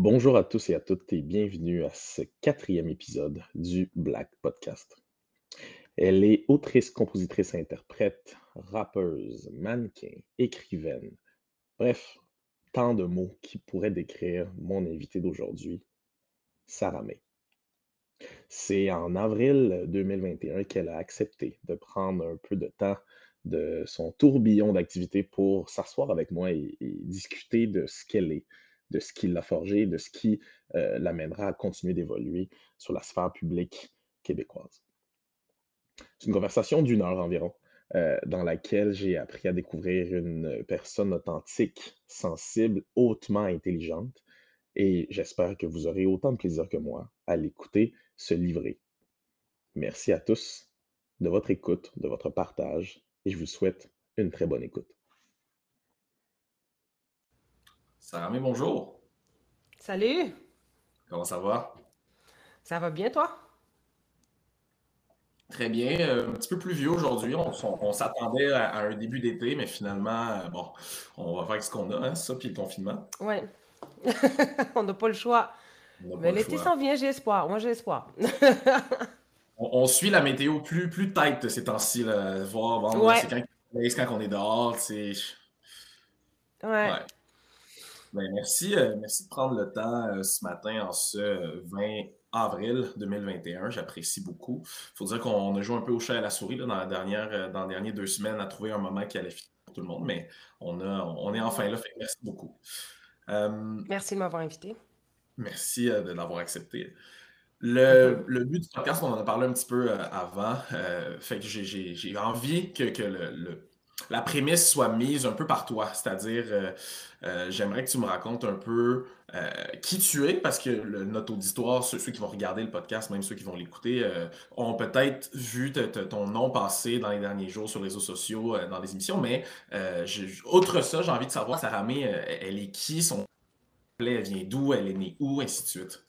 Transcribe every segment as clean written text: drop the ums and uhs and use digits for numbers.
Bonjour à tous et à toutes et bienvenue à ce quatrième épisode du Black Podcast. Elle est autrice, compositrice, interprète, rappeuse, mannequin, écrivaine. Bref, tant de mots qui pourraient décrire mon invité d'aujourd'hui, Sarah May. C'est en avril 2021 qu'elle a accepté de prendre un peu de temps de son tourbillon d'activités pour s'asseoir avec moi et discuter de ce qu'elle est, de ce qui l'a forgé, de ce qui l'amènera à continuer d'évoluer sur la sphère publique québécoise. C'est une conversation d'une heure environ, dans laquelle j'ai appris à découvrir une personne authentique, sensible, hautement intelligente, et j'espère que vous aurez autant de plaisir que moi à l'écouter se livrer. Merci à tous de votre écoute, de votre partage, et je vous souhaite une très bonne écoute. Sarah May, bonjour. Salut, Comment ça va? ça va bien toi? Très bien. Un petit peu pluvieux aujourd'hui. On s'attendait à un début d'été, mais finalement, bon, on va faire avec ce qu'on a, hein, ça, puis le confinement. Ouais, on n'a pas le choix. On n'a pas Mais le l'été choix. s'en vient, j'ai espoir. Moi, j'ai espoir. On suit la météo plus tight ces temps-ci, là, voir Ouais, c'est quand on est dehors, c'est... ouais. Ouais. Ben, merci de prendre le temps ce matin en ce 20 avril 2021. J'apprécie beaucoup. Il faut dire qu'on a joué un peu au chat et à la souris là, dans les dernières 2 semaines à trouver un moment qui allait fitter pour tout le monde, mais on est enfin Mhm. là. Fait que merci beaucoup. Euh, Merci de m'avoir invité. merci de l'avoir accepté. Mhm. Le but du podcast, on en a parlé un petit peu avant. Fait que j'ai envie que la prémisse soit mise un peu par toi. C'est-à-dire, j'aimerais que tu me racontes un peu qui tu es, parce que notre auditoire, ceux qui vont regarder le podcast, même ceux qui vont l'écouter, ont peut-être vu ton nom passer dans les derniers jours sur les réseaux sociaux, dans les émissions, mais outre ça, j'ai envie de savoir, Sarah May, elle est qui, son plaît, elle vient d'où, elle est née où, ainsi de suite.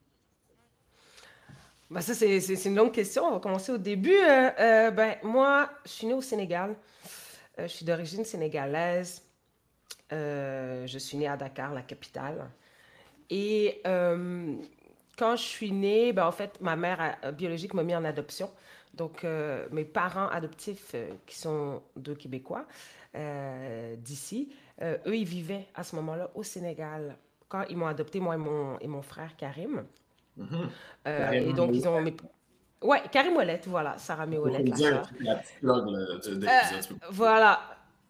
Bah ça, c'est une longue question. On va commencer au début. Ben, moi, je suis née au Sénégal. Je suis d'origine sénégalaise. Je suis née à Dakar, la capitale. Et quand je suis née, ben, en fait, ma mère biologique m'a mis en adoption. Donc, mes parents adoptifs, qui sont deux Québécois d'ici, eux, ils vivaient à ce moment-là au Sénégal quand ils m'ont adopté, moi et mon frère Karim. Mhm. Et Karim, donc, ils ont... Ouais, Karim Ouellet, voilà, Sarah May faut Ouellet, me la dire sœur. la petite plug là, de Euh, l'épisode. voilà.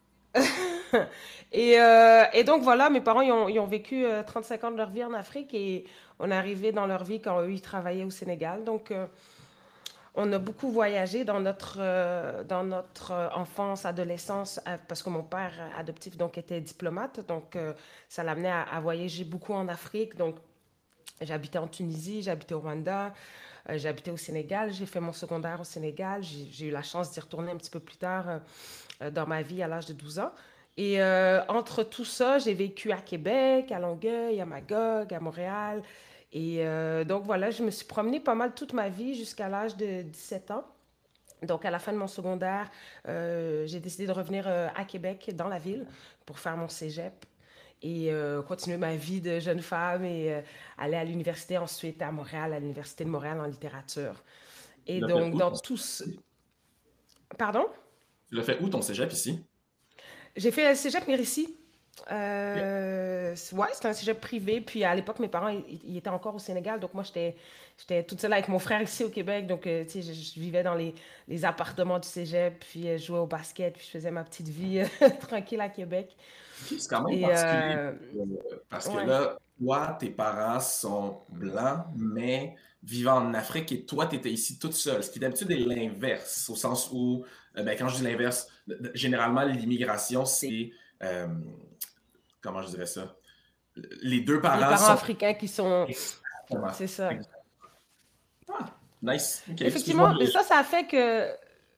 Et donc, voilà, mes parents, ils ont vécu 35 ans de leur vie en Afrique et on est arrivé dans leur vie quand eux, ils travaillaient au Sénégal. Donc, on a beaucoup voyagé dans notre enfance, adolescence, parce que mon père adoptif donc, était diplomate. Donc, ça l'amenait à voyager beaucoup en Afrique. Donc, j'ai habité en Tunisie, j'ai habité au Rwanda, j'ai habité au Sénégal, j'ai fait mon secondaire au Sénégal. J'ai eu la chance d'y retourner un petit peu plus tard dans ma vie à l'âge de 12 ans. Et entre tout ça, j'ai vécu à Québec, à Longueuil, à Magog, à Montréal. Et donc voilà, je me suis promenée pas mal toute ma vie jusqu'à l'âge de 17 ans. Donc à la fin de mon secondaire, j'ai décidé de revenir à Québec, dans la ville, pour faire mon cégep et continuer ma vie de jeune femme et aller à l'université ensuite à Montréal, à l'Université de Montréal en littérature. Tu Et l'as fait donc où dans ton tout ce... cégep? Pardon? Tu l'as fait où ton cégep ici? J'ai fait le cégep Mérissi. Ok. Ouais, c'était un cégep privé. Puis à l'époque, mes parents, ils étaient encore au Sénégal. Donc moi, j'étais toute seule avec mon frère ici au Québec. Donc, tu sais, je vivais dans les appartements du cégep. Puis je jouais au basket. Puis je faisais ma petite vie tranquille à Québec. Ok, c'est quand même Et particulier parce que ouais. là, toi, tes parents sont blancs, mais vivant en Afrique et toi, tu étais ici toute seule. Ce qui d'habitude est l'inverse, au sens où, ben, quand je dis l'inverse, généralement, l'immigration, c'est, euh, comment je dirais ça? Les deux Les parents parents sont africains qui sont... exactement. C'est ça. Ah, nice. Ok, excuse-moi. Effectivement, mais ça a fait que...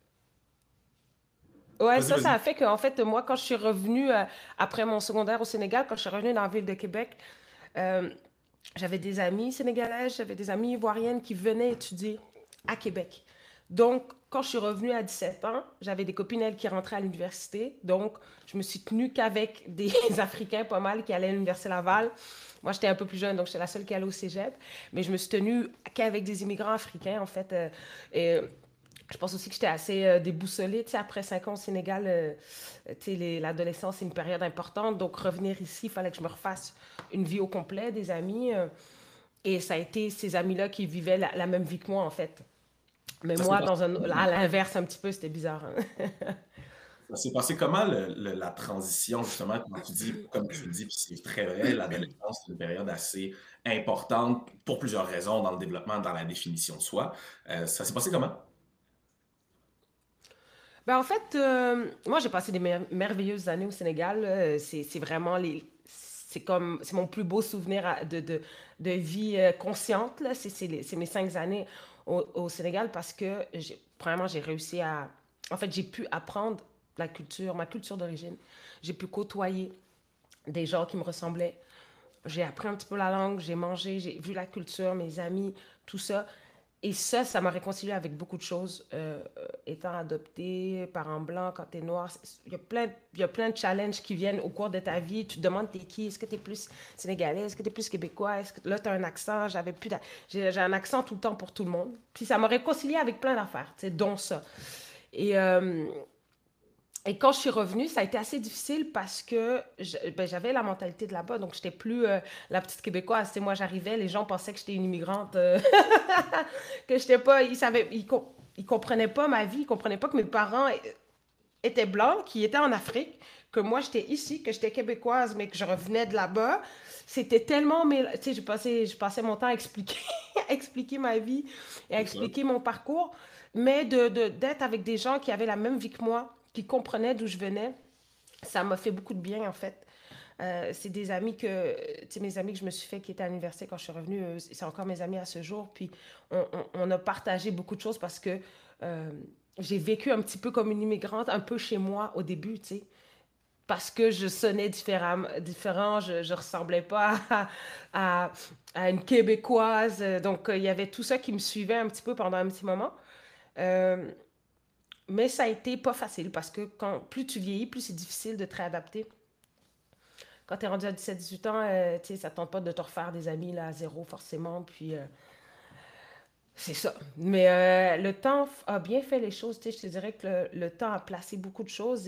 Ouais, Vas-y, ça vas-y. a fait que, en fait, moi, quand je suis revenue après mon secondaire au Sénégal, quand je suis revenue dans la ville de Québec, euh, j'avais des amis sénégalaises, j'avais des amis ivoiriennes qui venaient étudier à Québec. Donc, quand je suis revenue à 17 ans, j'avais des copines, elles, qui rentraient à l'université. Donc, je me suis tenue qu'avec des Africains pas mal qui allaient à l'Université Laval. Moi, j'étais un peu plus jeune, donc j'étais la seule qui allait au cégep. Mais je me suis tenue qu'avec des immigrants africains, en fait. Et je pense aussi que j'étais assez déboussolée. Tu sais, après 5 ans au Sénégal, tu sais, l'adolescence, c'est une période importante. Donc, revenir ici, il fallait que je me refasse une vie au complet, des amis. Et ça a été ces amis-là qui vivaient la même vie que moi, en fait. Mais Ça s'est moi, passé, à l'inverse, un petit peu, c'était bizarre, hein. ça s'est passé comment la transition, justement, quand tu dis, comme tu le dis, puis c'est très vrai, l'adolescence, c'est une période assez importante pour plusieurs raisons dans le développement, dans la définition de soi. Ça s'est passé comment? Ben, en fait, moi, j'ai passé des merveilleuses années au Sénégal. C'est vraiment c'est mon plus beau souvenir de vie consciente, là. C'est mes 5 années au Sénégal parce que, premièrement, j'ai réussi en fait, j'ai pu apprendre ma culture d'origine. J'ai pu côtoyer des gens qui me ressemblaient. J'ai appris un petit peu la langue, j'ai mangé, j'ai vu la culture, mes amis, tout ça. Et ça m'a réconcilié avec beaucoup de choses. Étant adopté, parent blanc, quand t'es noir, il y a plein de challenges qui viennent au cours de ta vie. Tu te demandes t'es qui, est-ce que t'es plus sénégalais, est-ce que t'es plus québécois, est-ce que là t'as un accent, j'ai un accent tout le temps pour tout le monde. Puis ça m'a réconcilié avec plein d'affaires, tu sais, dont ça. Et, euh, et quand je suis revenue, ça a été assez difficile parce que j'avais la mentalité de là-bas, donc j'étais plus la petite Québécoise. Tu sais, moi, j'arrivais, les gens pensaient que j'étais une immigrante, que j'étais pas, ils comprenaient pas ma vie, ils comprenaient pas que mes parents étaient blancs, qui étaient en Afrique, que moi, j'étais ici, que j'étais québécoise, mais que je revenais de là-bas. C'était tellement, tu sais, je passais mon temps à expliquer, à expliquer ma vie et à C'est ça. expliquer mon parcours, mais d'être avec des gens qui avaient la même vie que moi, qui comprenaient d'où je venais, ça m'a fait beaucoup de bien, en fait. C'est des amis tu sais, mes amis que je me suis fait qui étaient à l'université quand je suis revenue, c'est encore mes amis à ce jour. Puis on a partagé beaucoup de choses parce que euh, j'ai vécu un petit peu comme une immigrante, un peu chez moi au début, tu sais. Parce que je sonnais différent, je ressemblais pas à, à une Québécoise. Donc, il y avait tout ça qui me suivait un petit peu pendant un petit moment. Euh, mais ça a été pas facile parce que plus tu vieillis, plus c'est difficile de te réadapter. Quand tu es rendu à 17-18 ans, tu sais, ça tente pas de te refaire des amis là, à zéro forcément. Puis c'est ça. Mais le temps a bien fait les choses. Tu sais, je te dirais que le temps a placé beaucoup de choses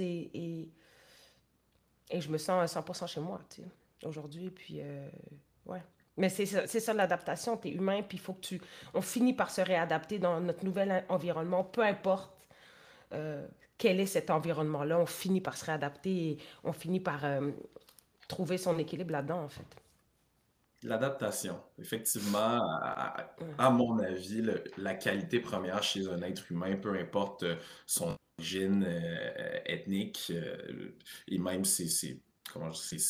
et je me sens à 100% chez moi, tu sais, aujourd'hui. Puis ouais. Mais c'est ça l'adaptation. Tu es humain, puis il faut que on finit par se réadapter dans notre nouvel environnement, peu importe euh, quel est cet environnement-là. On finit par se réadapter et on finit par trouver son équilibre là-dedans, en fait. L'adaptation. Effectivement, Ouais. à mon avis, la qualité première chez un être humain, peu importe son origine ethnique et même comment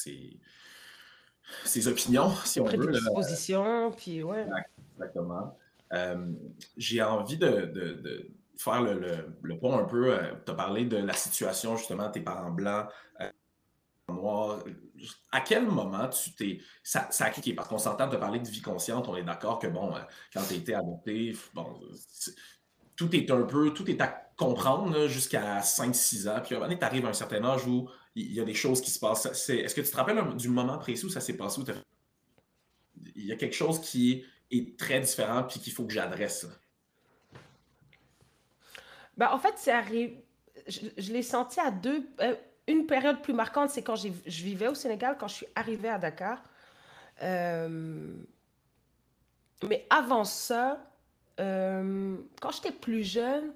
ses opinions, si Ses on veut, là. prédispositions, puis ouais. Exact, exactement. Euh, j'ai envie de faire le pont un peu. Tu as parlé de la situation, justement, tes parents blancs, noirs. À quel moment ça a cliqué? Parce qu'on s'entend te parler de vie consciente, on est d'accord que, bon, quand tu as été adopté, bon, tout est à comprendre là, jusqu'à 5 6 ans. Puis à un moment donné, tu arrives à un certain âge où il y a des choses qui se passent. Est-ce que tu te rappelles du moment précis où ça s'est passé, où il y a quelque chose qui est très différent puis qu'il faut que j'adresse, là? Ben, en fait, c'est arrivé. Je l'ai senti à une période plus marquante, c'est quand je vivais au Sénégal, quand je suis arrivée à Dakar. Euh, mais avant ça, quand j'étais plus jeune,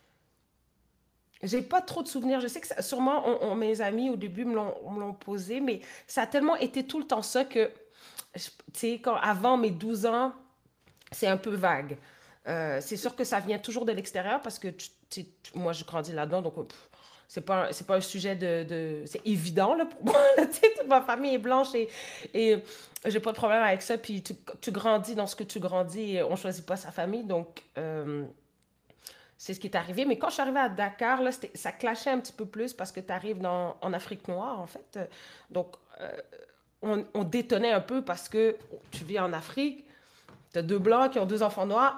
j'ai pas trop de souvenirs. Je sais que sûrement mes amis au début me l'ont posé, mais ça a tellement été tout le temps ça que, tu sais, avant mes 12 ans, c'est un peu vague. C'est sûr que ça vient toujours de l'extérieur parce que moi, je grandis là-dedans, donc c'est pas un sujet c'est évident là, pour moi. Là, tu sais, toute ma famille est blanche et j'ai pas de problème avec ça. Puis tu grandis dans ce que tu grandis et on choisit pas sa famille, donc c'est ce qui est arrivé. Mais quand je suis arrivée à Dakar, là, ça clashait un petit peu plus parce que tu arrives en Afrique noire, en fait. Donc, on détonnait un peu parce que tu vis en Afrique, tu as deux blancs qui ont deux enfants noirs.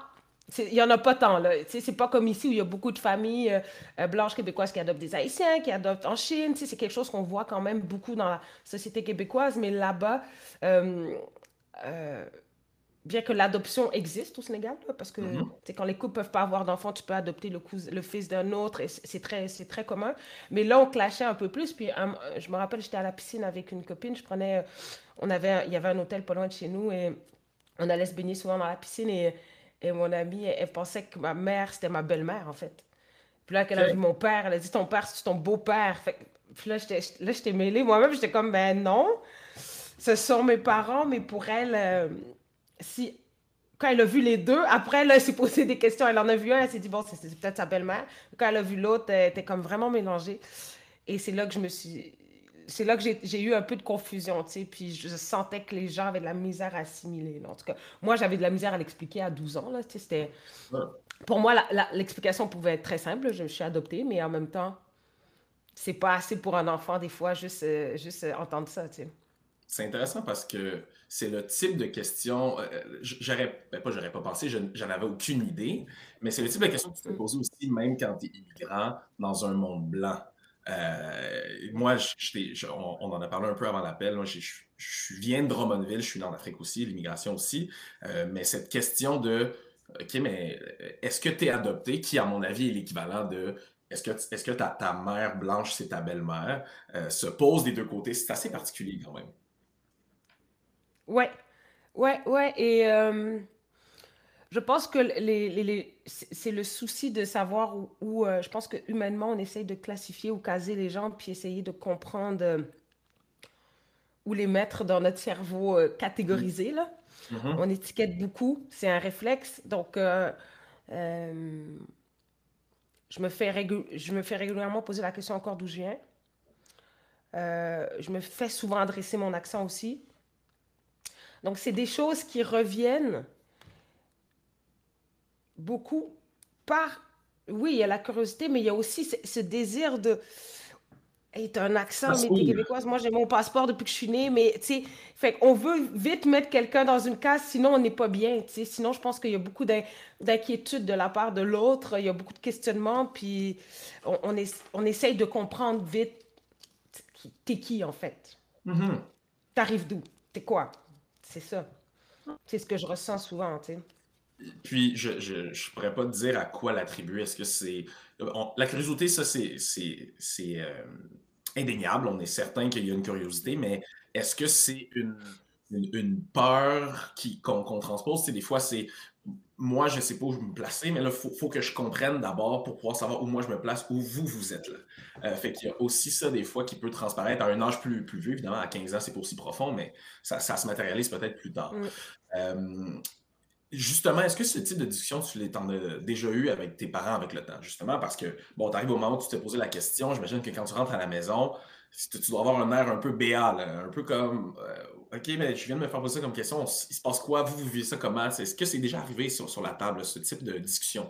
Il n'y en a pas tant, là. Tu sais, c'est pas comme ici où il y a beaucoup de familles blanches québécoises qui adoptent des Haïtiens, qui adoptent en Chine. Tu sais, c'est quelque chose qu'on voit quand même beaucoup dans la société québécoise, mais là-bas, euh, euh, bien que l'adoption existe au Sénégal, là, parce que tu Mhm. sais, quand les couples peuvent pas avoir d'enfants, tu peux adopter le fils d'un autre, et c'est très commun. Mais là, on clashait un peu plus. Puis je me rappelle, j'étais à la piscine avec une copine, il y avait un hôtel pas loin de chez nous, et on allait se baigner souvent dans la piscine, et mon amie, elle pensait que ma mère, c'était ma belle-mère, en fait. Puis là, quand elle a vu OK. mon père, elle a dit, ton père, c'est ton beau-père. Puis là, j'étais mêlée. Moi-même, j'étais comme, ben non, ce sont mes parents, mais pour elle, si quand elle a vu les deux, après, là, elle s'est posé des questions. Elle en a vu un, elle s'est dit, bon, c'est peut-être sa belle-mère. Quand elle a vu l'autre, elle était comme vraiment mélangée. Et c'est là que je me suis. C'est là que j'ai eu un peu de confusion, tu sais. Puis je sentais que les gens avaient de la misère à assimiler, là. En tout cas, moi, j'avais de la misère à l'expliquer à 12 ans, là. Tu sais, pour moi, l'explication pouvait être très simple. Je me suis adoptée, mais en même temps, c'est pas assez pour un enfant, des fois, juste entendre ça, tu sais. C'est intéressant parce que c'est le type de question, j'aurais pas pensé, j'en avais aucune idée, mais c'est le type de question que tu te Mm. poses aussi même quand tu es immigrant dans un monde blanc. Moi, on en a parlé un peu avant l'appel, moi, je viens de Drummondville, je suis né en Afrique aussi, l'immigration aussi, mais cette question de, OK, mais est-ce que tu es adopté, qui à mon avis est l'équivalent de, est-ce que ta mère blanche, c'est ta belle-mère, se pose des deux côtés, c'est assez particulier quand même. Ouais, ouais. Et je pense que c'est le souci de savoir je pense que humainement, on essaye de classifier ou caser les gens, puis essayer de comprendre où les mettre dans notre cerveau catégorisé, là. On Mhm. étiquette beaucoup, c'est un réflexe. Donc, euh, je me fais régulièrement poser la question encore d'où je viens. Je me fais souvent adresser mon accent aussi. Donc, c'est des choses qui reviennent beaucoup par... Oui, il y a la curiosité, mais il y a aussi ce désir de... Hey, t'as un accent, mais t'es Oui. québécoise. Moi, j'ai mon passeport depuis que je suis née, mais tu sais, fait qu'on veut vite mettre quelqu'un dans une case, sinon on n'est pas bien, tu sais. Sinon, je pense qu'il y a beaucoup d'inquiétude de la part de l'autre, il y a beaucoup de questionnements, puis on essaye de comprendre vite t'es qui, en fait. Mhm. T'arrives d'où? T'es quoi? C'est ça. C'est ce que je ressens souvent, tu sais. Puis, je pourrais pas te dire à quoi l'attribuer. Est-ce que c'est... la curiosité, ça, c'est indéniable. On est certain qu'il y a une curiosité, mais est-ce que c'est une peur qu'on transpose? C'est des fois, c'est... Moi, je sais pas où je me placer, mais là, faut que je comprenne d'abord pour pouvoir savoir où moi je me place, où vous êtes là. Fait qu'il y a aussi ça, des fois, qui peut transparaître à un âge plus vieux. Évidemment, à 15 ans, c'est pas aussi profond, mais ça se matérialise peut-être plus tard. Mm. Euh, Justement, est-ce que ce type de discussion, t'en as déjà eu avec tes parents avec le temps? Justement, parce que, bon, t'arrives au moment où tu t'es posé la question, j'imagine que quand tu rentres à la maison, tu dois avoir un air un peu béat, là, un peu comme, OK, mais je viens de me faire poser ça comme question, il se passe quoi? Vous vivez ça comment? Est-ce que c'est déjà arrivé sur la table, ce type de discussion?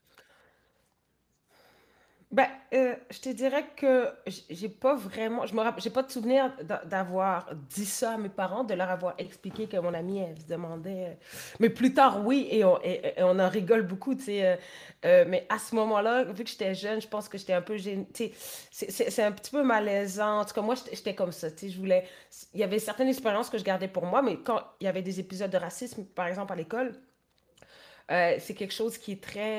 Ben, je te dirais que j'ai pas vraiment, j'ai pas de souvenir d'avoir dit ça à mes parents, de leur avoir expliqué que mon amie, elle se demandait. Mais plus tard, oui, et on en rigole beaucoup, tu sais. Mais à ce moment-là, vu que j'étais jeune, je pense que j'étais un peu gênée. Tu sais, c'est un petit peu malaisant. En tout cas, moi, j'étais comme ça, tu sais. Il y avait certaines expériences que je gardais pour moi, mais quand il y avait des épisodes de racisme, par exemple, à l'école, c'est quelque chose qui est très.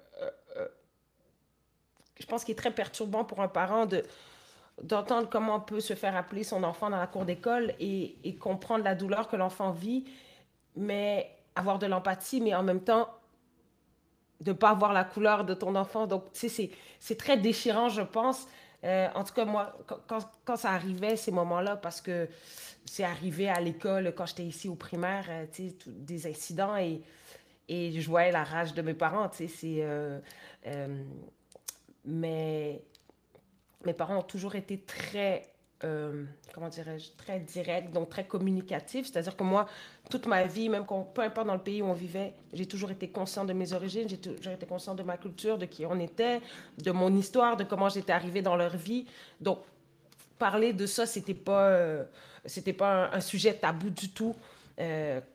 Je pense qu'il est très perturbant pour un parent d'entendre comment on peut se faire appeler son enfant dans la cour d'école et comprendre la douleur que l'enfant vit, mais avoir de l'empathie, mais en même temps de ne pas avoir la couleur de ton enfant. Donc, tu sais, c'est très déchirant, je pense. En tout cas, moi, quand ça arrivait, ces moments-là, parce que c'est arrivé à l'école quand j'étais ici au primaire, tu sais, des incidents et je voyais la rage de mes parents, tu sais, euh, mais mes parents ont toujours été très, comment dirais-je, très directs, donc très communicatifs. C'est-à-dire que moi, toute ma vie, peu importe dans le pays où on vivait, j'ai toujours été conscient de mes origines, j'ai toujours été conscient de ma culture, de qui on était, de mon histoire, de comment j'étais arrivée dans leur vie. Donc, parler de ça, c'était pas un sujet tabou du tout. Euh,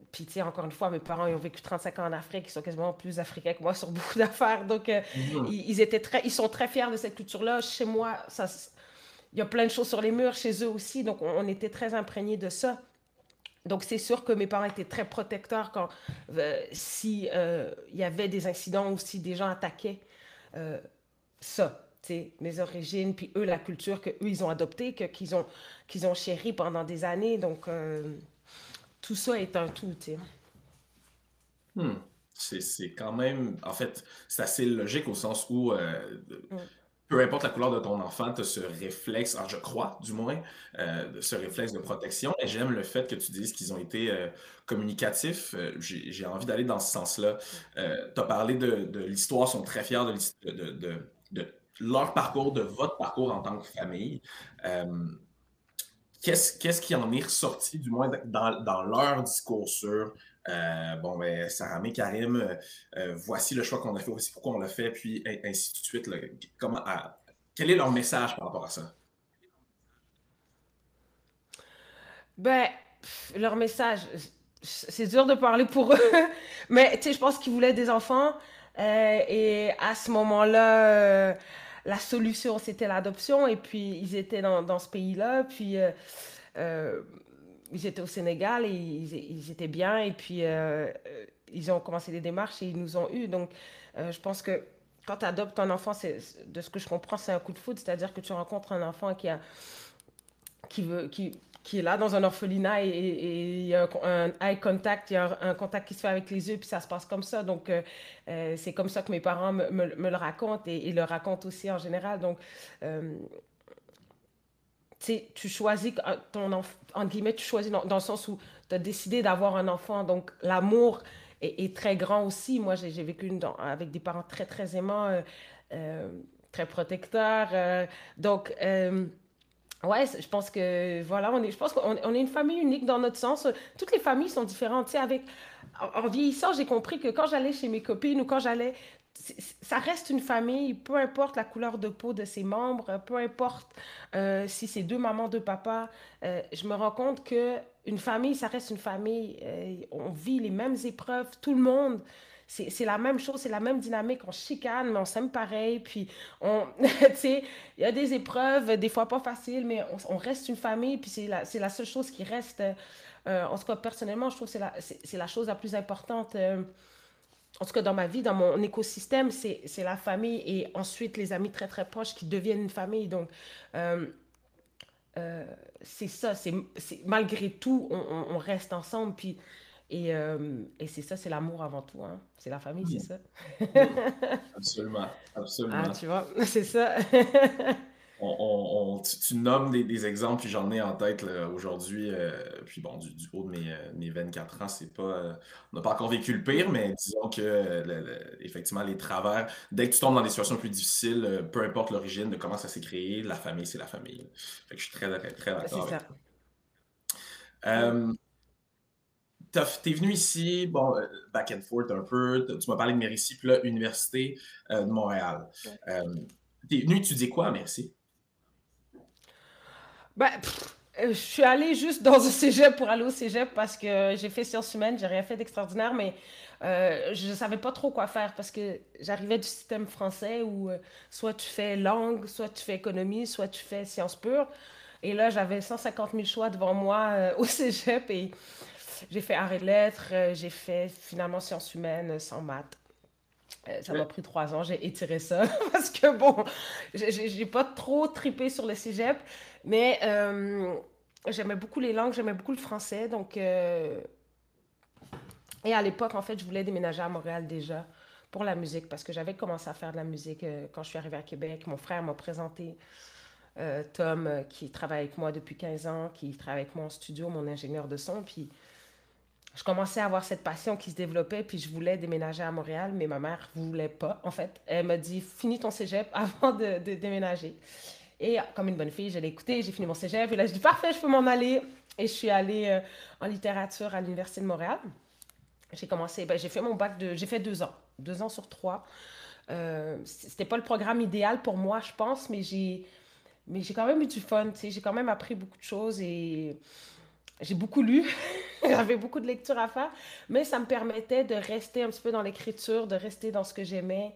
Puis, tu sais, encore une fois, mes parents ils ont vécu 35 ans en Afrique, ils sont quasiment plus africains que moi sur beaucoup d'affaires. Donc, Mhm. ils sont très fiers de cette culture-là. Chez moi, il y a plein de choses sur les murs, chez eux aussi. Donc, on était très imprégnés de ça. Donc, c'est sûr que mes parents étaient très protecteurs quand si il y avait des incidents ou si des gens attaquaient euh, ça, tu sais, mes origines, puis eux, la culture que eux ils ont adoptée, qu'ils ont chérie pendant des années. Donc, tout ça est un tout, tu sais. Hmm. C'est quand même, en fait, c'est assez logique au sens où Mm. peu importe la couleur de ton enfant, tu as ce réflexe, alors je crois du moins, ce réflexe de protection. Et j'aime le fait que tu dises qu'ils ont été communicatifs. J'ai envie d'aller dans ce sens-là. Tu as parlé de l'histoire, sont très fiers de leur parcours, de votre parcours en tant que famille. Euh, qu'est-ce qui en est ressorti, du moins dans leur discours sur bon, ben, Saramé, Karim, voici le choix qu'on a fait, voici pourquoi on l'a fait, puis ainsi de suite. Là. Quel est leur message par rapport à ça? Ben, leur message, c'est dur de parler pour eux, mais tu sais, je pense qu'ils voulaient des enfants. Et à ce moment-là, la solution, c'était l'adoption. Et puis, ils étaient dans ce pays-là. Puis, euh, ils étaient au Sénégal et ils étaient bien. Et puis, ils ont commencé les démarches et ils nous ont eu. Donc, je pense que quand tu adoptes un enfant, de ce que je comprends, c'est un coup de foudre. C'est-à-dire que tu rencontres un enfant qui est là dans un orphelinat et il y a un eye contact, il y a un contact qui se fait avec les yeux, puis ça se passe comme ça. Donc, c'est comme ça que mes parents me le racontent et le racontent aussi en général. Donc, euh, tu sais, tu choisis ton enfant, entre guillemets, tu choisis dans le sens où tu as décidé d'avoir un enfant. Donc, l'amour est très grand aussi. Moi, j'ai vécu avec des parents très, très aimants, euh, très protecteurs. Donc, ouais, je pense que voilà, je pense qu'on est une famille unique dans notre sens. Toutes les familles sont différentes. Tu sais, en vieillissant, j'ai compris que quand j'allais chez mes copines ou quand j'allais, ça reste une famille, peu importe la couleur de peau de ses membres, peu importe si c'est deux mamans, deux papas. Je me rends compte que une famille, ça reste une famille. On vit les mêmes épreuves, tout le monde. C'est la même chose, c'est la même dynamique. On chicane, mais on s'aime pareil. Puis, tu sais, il y a des épreuves, des fois pas faciles, mais on reste une famille. Puis, c'est la seule chose qui reste. En tout cas, personnellement, je trouve que c'est la chose la plus importante. En tout cas, dans ma vie, dans mon écosystème, c'est la famille et ensuite les amis très, très proches qui deviennent une famille. Donc, euh, euh, c'est ça, malgré tout, on reste ensemble. Puis, et c'est ça, c'est l'amour avant tout. Hein. C'est la famille, c'est Hmm. ça. Hmm. Absolument, Ah, absolument. tu vois, c'est ça. Tu nommes des exemples, puis j'en ai en tête là, aujourd'hui. Puis bon, du haut de mes 24 ans, c'est pas, on n'a pas encore vécu le pire, mais disons que effectivement, les travers, dès que tu tombes dans des situations plus difficiles, peu importe l'origine de comment ça s'est créé, la famille, c'est la famille. Là. Fait que je suis très, très, très C'est d'accord avec ça. toi. Mm. Euh, T'es venu ici, bon, back and forth un peu, tu m'as parlé de Mérisy, puis là, Université de Montréal. Ouais. Euh, T'es venu étudier quoi à Mérisy? Ben, je suis allée juste dans un cégep pour aller au cégep parce que j'ai fait sciences humaines, j'ai rien fait d'extraordinaire, mais je savais pas trop quoi faire parce que j'arrivais du système français où soit tu fais langue, soit tu fais économie, soit tu fais sciences pures. Et là, j'avais 150 000 choix devant moi au cégep et j'ai fait arts et lettres, j'ai fait finalement sciences humaines sans maths. Ça m'a Ok. pris 3 ans, j'ai étiré ça parce que bon, j'ai pas trop tripé sur le cégep, mais j'aimais beaucoup les langues, j'aimais beaucoup le français, donc et à l'époque en fait, je voulais déménager à Montréal déjà pour la musique parce que j'avais commencé à faire de la musique quand je suis arrivée à Québec. Mon frère m'a présenté Tom qui travaille avec moi depuis 15 ans, qui travaille avec moi en studio, mon ingénieur de son, puis je commençais à avoir cette passion qui se développait, puis je voulais déménager à Montréal, mais ma mère voulait pas, en fait. Elle m'a dit, finis ton cégep avant de déménager. Et comme une bonne fille, je l'ai écouté, j'ai fini mon cégep, et là, je dis, parfait, je peux m'en aller. Et je suis allée en littérature à l'Université de Montréal. J'ai commencé, ben, j'ai fait mon bac j'ai fait 2 ans, 2 ans sur 3. C'était pas le programme idéal pour moi, je pense, mais j'ai quand même eu du fun, tu sais, j'ai quand même appris beaucoup de choses et J'ai beaucoup lu, j'avais beaucoup de lectures à faire, mais ça me permettait de rester un petit peu dans l'écriture, de rester dans ce que j'aimais.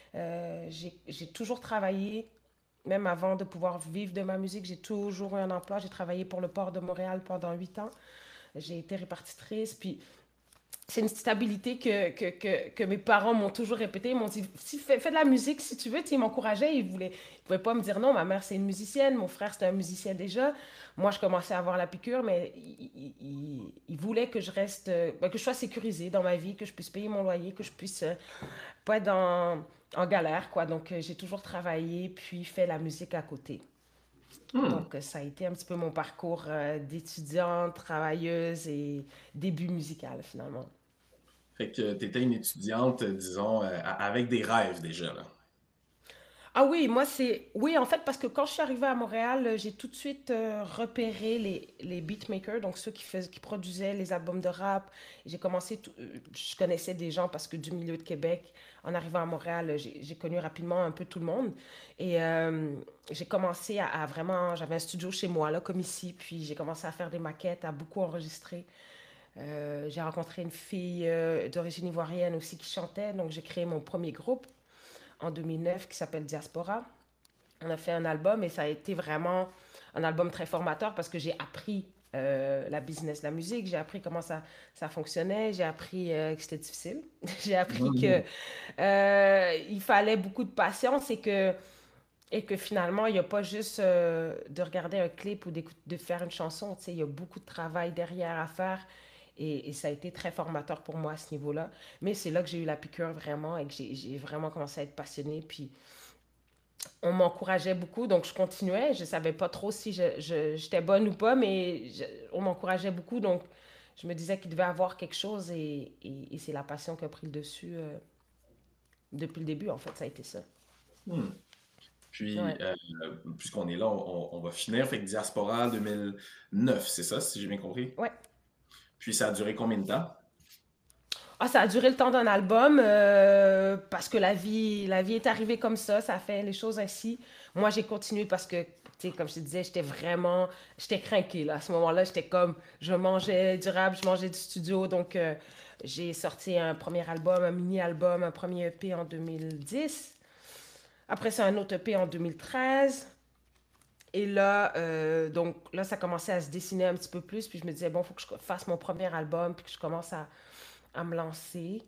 J'ai toujours travaillé, même avant de pouvoir vivre de ma musique, j'ai toujours eu un emploi. J'ai travaillé pour le port de Montréal pendant 8 ans. J'ai été répartitrice, puis c'est une stabilité que mes parents m'ont toujours répété. Ils m'ont dit, si, fais de la musique si tu veux. Tu sais, ils m'encourageaient. Ils pouvaient pas me dire non. Ma mère, c'est une musicienne. Mon frère, c'était un musicien déjà. Moi, je commençais à avoir la piqûre, mais ils voulaient que je reste, ben, que je sois sécurisée dans ma vie, que je puisse payer mon loyer, que je puisse pas être en galère, quoi. Donc, j'ai toujours travaillé, puis fait la musique à côté. Hmm. Donc, ça a été un petit peu mon parcours d'étudiante, travailleuse et début musical, finalement. Fait que tu étais une étudiante, disons, avec des rêves déjà, là. Ah oui, moi c'est... Oui, en fait, parce que quand je suis arrivée à Montréal, j'ai tout de suite repéré les beatmakers, donc ceux qui produisaient les albums de rap. J'ai commencé... Je connaissais des gens parce que du milieu de Québec, en arrivant à Montréal, j'ai connu rapidement un peu tout le monde. Et j'ai commencé à vraiment... J'avais un studio chez moi, là, comme ici, puis j'ai commencé à faire des maquettes, à beaucoup enregistrer. J'ai rencontré une fille d'origine ivoirienne aussi qui chantait, donc j'ai créé mon premier groupe en 2009 qui s'appelle Diaspora. On a fait un album et ça a été vraiment un album très formateur parce que j'ai appris la business de la musique, j'ai appris comment ça fonctionnait, j'ai appris que c'était difficile, j'ai appris que Mhm. il fallait beaucoup de patience et que finalement, il n'y a pas juste de regarder un clip ou de faire une chanson, tu sais, il y a beaucoup de travail derrière à faire et ça a été très formateur pour moi à ce niveau-là. Mais c'est là que j'ai eu la piqûre vraiment et que j'ai vraiment commencé à être passionnée. Puis on m'encourageait beaucoup, donc je continuais. Je savais pas trop si j'étais bonne ou pas, mais on m'encourageait beaucoup, donc je me disais qu'il devait y avoir quelque chose et c'est la passion qui a pris le dessus depuis le début, en fait, ça a été ça. Hmm. Puis, Ouais. puisqu'on est là, on va finir. Fait que Diaspora 2009, c'est ça, si j'ai bien compris? Ouais. Puis ça a duré combien de temps? Ah, ça a duré le temps d'un album parce que la vie est arrivée comme ça a fait les choses ainsi. Moi, j'ai continué parce que, tu sais, comme je te disais, j'étais craquée là. À ce moment-là, j'étais comme, je mangeais du rap, je mangeais du studio. Donc, j'ai sorti un premier album, un mini-album, un premier EP en 2010. Après, c'est un autre EP en 2013. Et là, donc là, ça commençait à se dessiner un petit peu plus. Puis je me disais, bon, il faut que je fasse mon premier album, puis que je commence à me lancer.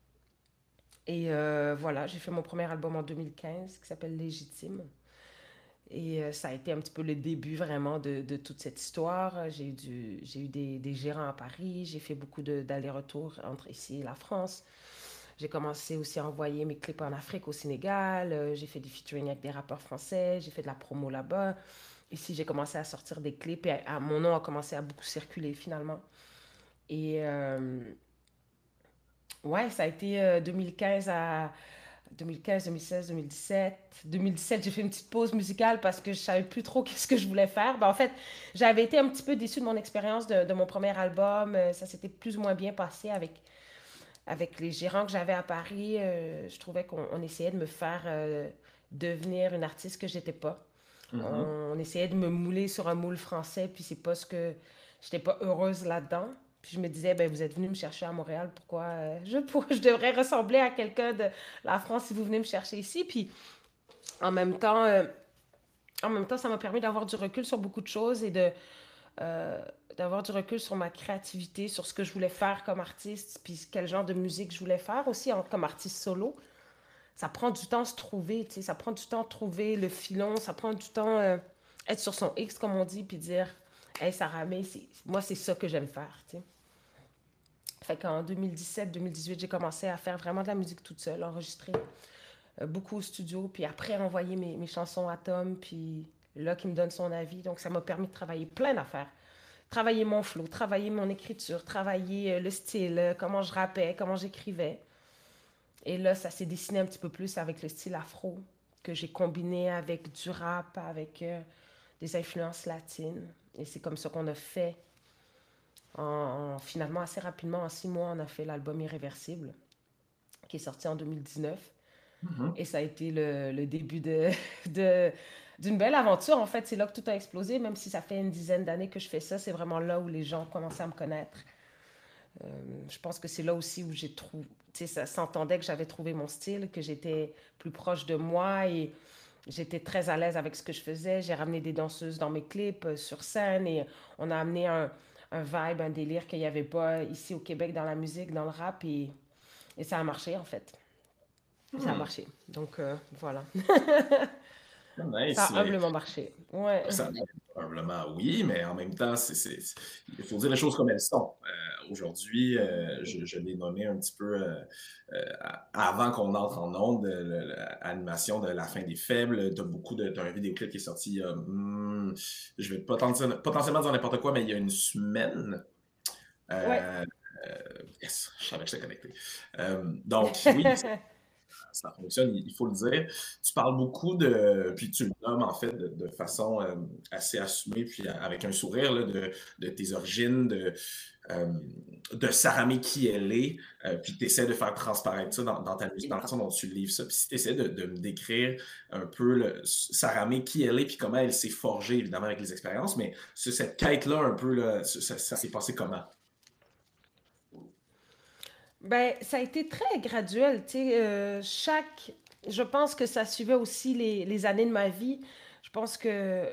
Et voilà, j'ai fait mon premier album en 2015 qui s'appelle Légitime. Et ça a été un petit peu le début vraiment de toute cette histoire. J'ai eu des gérants à Paris, j'ai fait beaucoup d'allers-retours entre ici et la France. J'ai commencé aussi à envoyer mes clips en Afrique, au Sénégal. J'ai fait des featuring avec des rappeurs français, j'ai fait de la promo là-bas. Ici, j'ai commencé à sortir des clips et mon nom a commencé à beaucoup circuler finalement. Et ouais, ça a été 2015 à 2015, 2016, 2017. 2017, j'ai fait une petite pause musicale parce que je savais plus trop qu'est-ce que je voulais faire. Ben, en fait, j'avais été un petit peu déçue de mon expérience de mon premier album. Ça s'était plus ou moins bien passé avec les gérants que j'avais à Paris. Je trouvais qu'on essayait de me faire devenir une artiste que j'étais pas. Mhm. On essayait de me mouler sur un moule français, puis c'est pas ce que... J'étais pas heureuse là-dedans. Puis je me disais, ben vous êtes venu me chercher à Montréal, pourquoi je devrais ressembler à quelqu'un de la France si vous venez me chercher ici. Puis en même temps, euh, en même temps ça m'a permis d'avoir du recul sur beaucoup de choses et euh, d'avoir du recul sur ma créativité, sur ce que je voulais faire comme artiste, puis quel genre de musique je voulais faire aussi comme artiste solo. Ça prend du temps à se trouver, tu sais, ça prend du temps à trouver le filon, ça prend du temps être sur son X, comme on dit, puis dire, hey, Sarah May, moi, c'est ça que j'aime faire, tu sais. Fait qu'en 2017-2018, j'ai commencé à faire vraiment de la musique toute seule, enregistrer beaucoup au studio, puis après envoyer mes chansons à Tom, puis là, qui me donne son avis. Donc, ça m'a permis de travailler plein d'affaires. Travailler mon flow, travailler mon écriture, travailler le style, comment je rappais, comment j'écrivais. Et là, ça s'est dessiné un petit peu plus avec le style afro, que j'ai combiné avec du rap, avec des influences latines. Et c'est comme ça qu'on a fait. Finalement, assez rapidement, en 6 mois, on a fait l'album Irréversible, qui est sorti en 2019. Mhm. Et ça a été le début de d'une belle aventure. En fait, c'est là que tout a explosé, même si ça fait une dizaine d'années que je fais ça. C'est vraiment là où les gens ont commencé à me connaître. Euh, je pense que c'est là aussi où j'ai trouvé, tu sais, ça s'entendait que j'avais trouvé mon style, que j'étais plus proche de moi et j'étais très à l'aise avec ce que je faisais. J'ai ramené des danseuses dans mes clips sur scène et on a amené un vibe, un délire qu'il n'y avait pas ici au Québec dans la musique, dans le rap et ça a marché en fait. Ça a Hmm. marché. Donc voilà. Ça Nice, a mais humblement marché. Ouais. ça, probablement oui, mais en même temps, il faut dire les choses comme elles sont. Aujourd'hui, je l'ai nommé un petit peu avant qu'on entre en onde, l'animation de la fin des faibles. T'as un vidéoclip qui est sorti je vais potentiellement dire n'importe quoi, mais il y a une semaine. Ouais. Euh, yes, je savais que j'étais connecté. Donc, oui, ça fonctionne, il faut le dire. Tu parles beaucoup puis tu le nommes en fait de façon assez assumée, puis avec un sourire là, de tes origines, euh, de Saramé qui elle est, puis tu essaies de faire transparaître ça dans ta musique, dans la façon dont tu livres ça. Puis si tu essaies de me décrire un peu Saramé qui elle est, puis comment elle s'est forgée, évidemment, avec les expériences, mais cette quête-là, un peu, là, ça s'est passé comment? Ben, ça a été très graduel, tu sais, je pense que ça suivait aussi les années de ma vie. Je pense que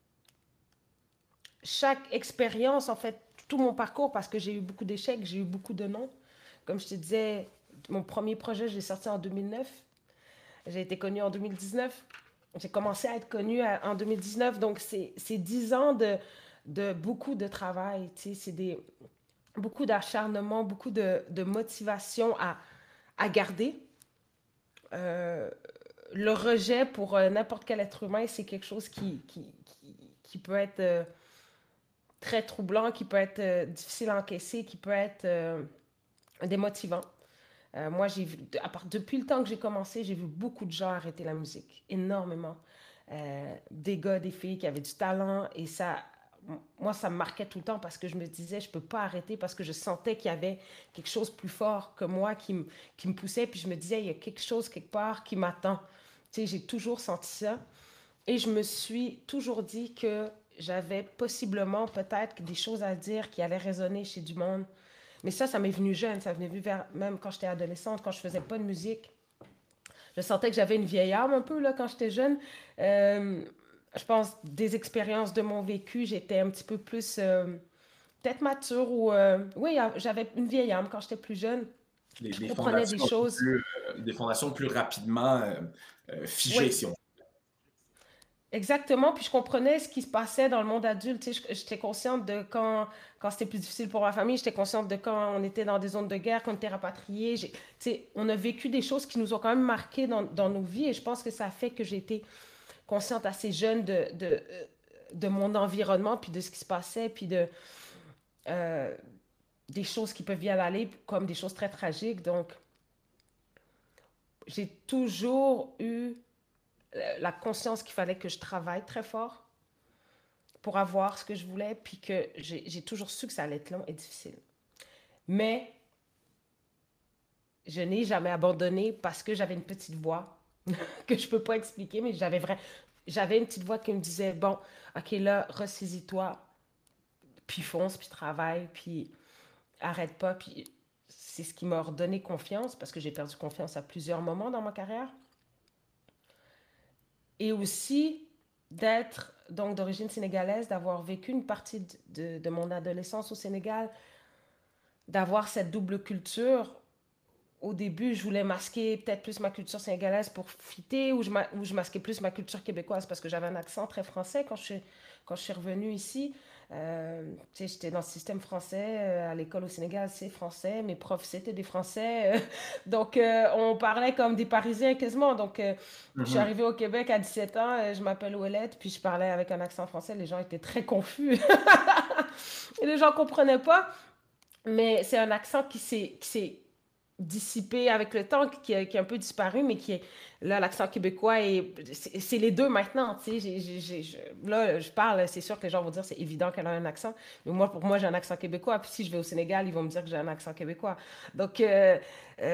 chaque expérience, en fait, tout mon parcours, parce que j'ai eu beaucoup d'échecs, j'ai eu beaucoup de non. Comme je te disais, mon premier projet, je l'ai sorti en 2009. J'ai été connue en 2019. J'ai commencé à être connue en 2019. Donc, c'est 10 ans de beaucoup de travail. Tu sais, beaucoup d'acharnement, beaucoup de motivation à garder. Euh, le rejet pour n'importe quel être humain, c'est quelque chose qui peut être très troublant, qui peut être difficile à encaisser, qui peut être démotivant. Moi, depuis le temps que j'ai commencé, j'ai vu beaucoup de gens arrêter la musique, énormément. Des gars, des filles qui avaient du talent et moi, ça me marquait tout le temps parce que je me disais, je peux pas arrêter parce que je sentais qu'il y avait quelque chose plus fort que moi qui me poussait. Puis je me disais, il y a quelque chose quelque part qui m'attend. Tu sais, j'ai toujours senti ça. Et je me suis toujours dit que j'avais possiblement peut-être des choses à dire qui allaient résonner chez du monde. Mais ça m'est venu jeune. Ça venait venu même quand j'étais adolescente, quand je faisais pas de musique. Je sentais que j'avais une vieille âme un peu là, quand j'étais jeune. Euh, je pense des expériences de mon vécu, j'étais un petit peu plus peut-être mature ou oui, j'avais une vieille âme quand j'étais plus jeune. Je Des comprenais des fondations un peu choses. plus, des fondations plus rapidement figées, Oui, si on. exactement. Puis je comprenais ce qui se passait dans le monde adulte. Tu sais, j'étais consciente de quand c'était plus difficile pour ma famille. J'étais consciente de quand on était dans des zones de guerre, qu'on était rapatriés. Tu sais, on a vécu des choses qui nous ont quand même marquées dans nos vies. Et je pense que ça a fait que j'ai été consciente assez jeune de mon environnement, puis de ce qui se passait, puis euh, des choses qui peuvent bien aller, comme des choses très tragiques. Donc, j'ai toujours eu la conscience qu'il fallait que je travaille très fort pour avoir ce que je voulais, puis que j'ai toujours su que ça allait être long et difficile. Mais je n'ai jamais abandonné parce que j'avais une petite voix que je peux pas expliquer, mais j'avais une petite voix qui me disait, bon, ok, là, ressaisis-toi, puis fonce, puis travaille, puis arrête pas, puis c'est ce qui m'a redonné confiance, parce que j'ai perdu confiance à plusieurs moments dans ma carrière. Et aussi d'être donc d'origine sénégalaise, d'avoir vécu une partie de mon adolescence au Sénégal, d'avoir cette double culture. Au début, je voulais masquer peut-être plus ma culture sénégalaise pour fitter, ou je masquais plus ma culture québécoise parce que j'avais un accent très français quand je suis revenue ici. Tu sais, j'étais dans le système français, à l'école au Sénégal, c'est français, mes profs c'était des Français, donc on parlait comme des Parisiens quasiment. Donc je suis Mhm. arrivée au Québec à 17 ans, je m'appelle Ouellette, puis je parlais avec un accent français, les gens étaient très confus et les gens comprenaient pas, mais c'est un accent qui s'est dissipé avec le temps, qui est un peu disparu, mais qui est là, l'accent québécois et c'est les deux maintenant. Tu sais, là, je parle, c'est sûr que les gens vont dire c'est évident qu'elle a un accent, mais moi, pour moi, j'ai un accent québécois. Puis si je vais au Sénégal, ils vont me dire que j'ai un accent québécois. Donc,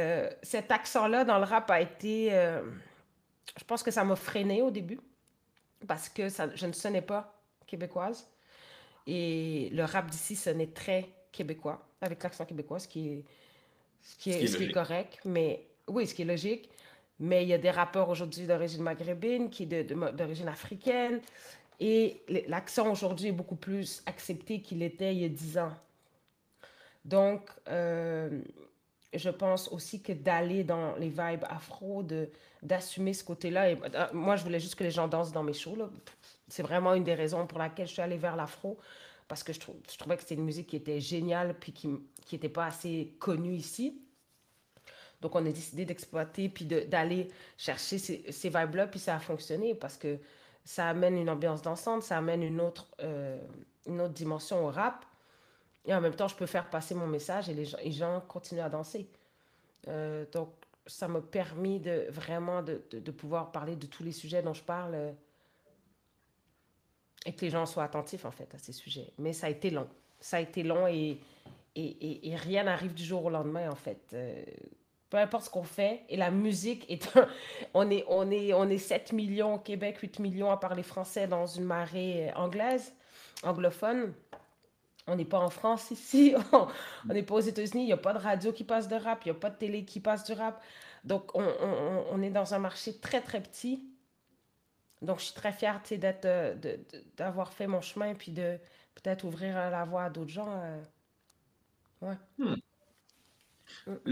cet accent-là dans le rap a été, je pense que ça m'a freiné au début. parce que je ne sonnais pas québécoise. Et le rap d'ici sonnait très québécois, avec l'accent québécois, Ce qui est ce qui est logique. correct, mais oui, ce qui est logique. Mais il y a des rappeurs aujourd'hui d'origine maghrébine, d'origine africaine, et l'accent aujourd'hui est beaucoup plus accepté qu'il était il y a 10 ans. Donc, je pense aussi que d'aller dans les vibes afro, d'assumer ce côté-là. Et, moi, je voulais juste que les gens dansent dans mes shows, là. C'est vraiment une des raisons pour laquelle je suis allée vers l'afro, parce que je trouvais que c'était une musique qui était géniale, puis qui n'était pas assez connue ici. Donc, on a décidé d'exploiter, puis d'aller chercher ces vibes-là, puis ça a fonctionné, parce que ça amène une ambiance dansante, ça amène une autre dimension au rap. Et en même temps, je peux faire passer mon message et les gens continuent à danser. Donc, ça m'a permis de vraiment de pouvoir parler de tous les sujets dont je parle et que les gens soient attentifs, en fait, à ces sujets. Mais ça a été long. Ça a été long et rien n'arrive du jour au lendemain, en fait. Peu importe ce qu'on fait, et la musique est on est 7 millions au Québec, 8 millions à parler français dans une marée anglaise, anglophone. On n'est pas en France ici, on n'est pas aux États-Unis, il n'y a pas de radio qui passe de rap, il n'y a pas de télé qui passe du rap. Donc, on est dans un marché très, très petit. Donc, je suis très fière, tu sais, d'avoir fait mon chemin puis de peut-être ouvrir la voie à d'autres gens. Ouais. Hmm. Mm, mm.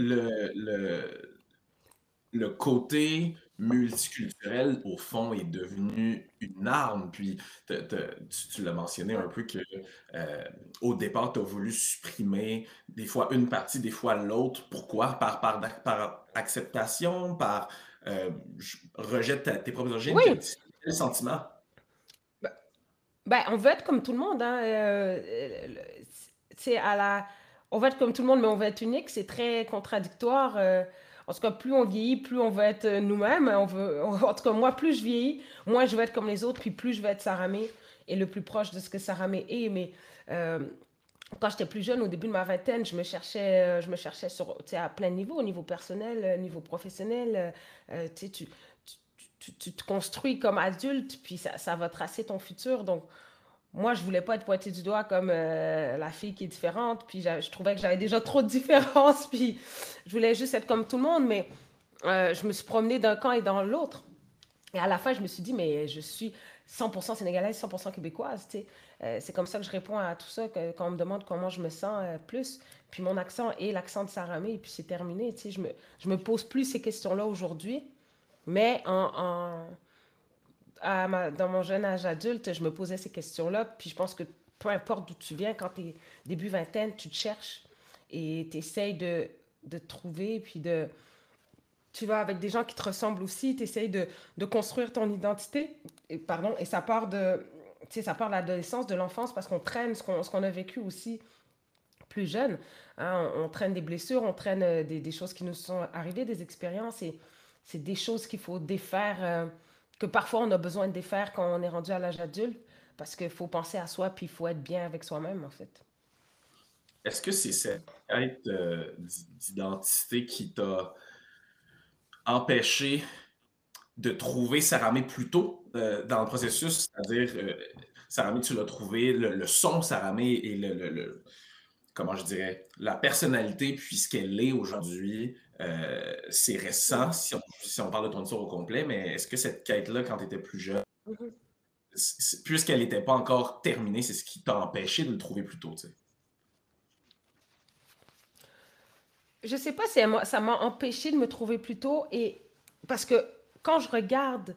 Le côté multiculturel, au fond, est devenu une arme. Puis, tu l'as mentionné Ouais. un peu que euh, au départ, tu as voulu supprimer des fois une partie, des fois l'autre. Pourquoi? Par acceptation, par rejet de tes propres origines. Oui, Quel sentiment? ben, on veut être comme tout le monde, hein. C'est on veut être comme tout le monde, mais on veut être unique. C'est très contradictoire. En tout cas, plus on vieillit, plus on veut être nous-mêmes. En tout cas, moi, plus je vieillis, moins je veux être comme les autres, puis plus je veux être Saramé et le plus proche de ce que Saramé est. Mais euh, quand j'étais plus jeune, au début de ma vingtaine, je me cherchais tu sais, à plein de niveaux, au niveau personnel, au niveau professionnel. Tu sais, tu te construis comme adulte, puis ça va tracer ton futur. Donc, moi, je voulais pas être pointée du doigt comme la fille qui est différente, puis je trouvais que j'avais déjà trop de différences, puis je voulais juste être comme tout le monde, mais je me suis promenée d'un camp et dans l'autre. Et à la fin, je me suis dit, mais je suis 100% sénégalaise, 100% québécoise, tu sais. C'est comme ça que je réponds à tout ça, quand on me demande comment je me sens plus. Puis mon accent est l'accent de Saramé, et puis c'est terminé, tu sais. Je me pose plus ces questions-là aujourd'hui, mais dans mon jeune âge adulte, je me posais ces questions-là. Puis je pense que peu importe d'où tu viens, quand tu es début vingtaine, tu te cherches et tu essayes de te trouver. Puis tu vas avec des gens qui te ressemblent aussi, tu essayes de construire ton identité. Et, pardon, et ça part tu sais, ça part de l'adolescence, de l'enfance, parce qu'on traîne ce qu'on a vécu aussi plus jeune. Hein. On traîne des blessures, on traîne des choses qui nous sont arrivées, des expériences, et c'est des choses qu'il faut défaire, que parfois on a besoin de défaire quand on est rendu à l'âge adulte, parce qu'il faut penser à soi, puis il faut être bien avec soi-même, en fait. Est-ce que c'est cette quête d'identité qui t'a empêché de trouver Saramé plus tôt dans le processus, c'est-à-dire Saramé, tu l'as trouvé, le son Saramé et comment je dirais, la personnalité puisqu'elle est aujourd'hui, c'est récent Mhm. si on parle de ton histoire au complet, mais est-ce que cette quête-là, quand tu étais plus jeune, Mhm. puisqu'elle n'était pas encore terminée, c'est ce qui t'a empêché de le trouver plus tôt, tu sais? Je sais pas si ça m'a empêché de me trouver plus tôt, et parce que quand je regarde,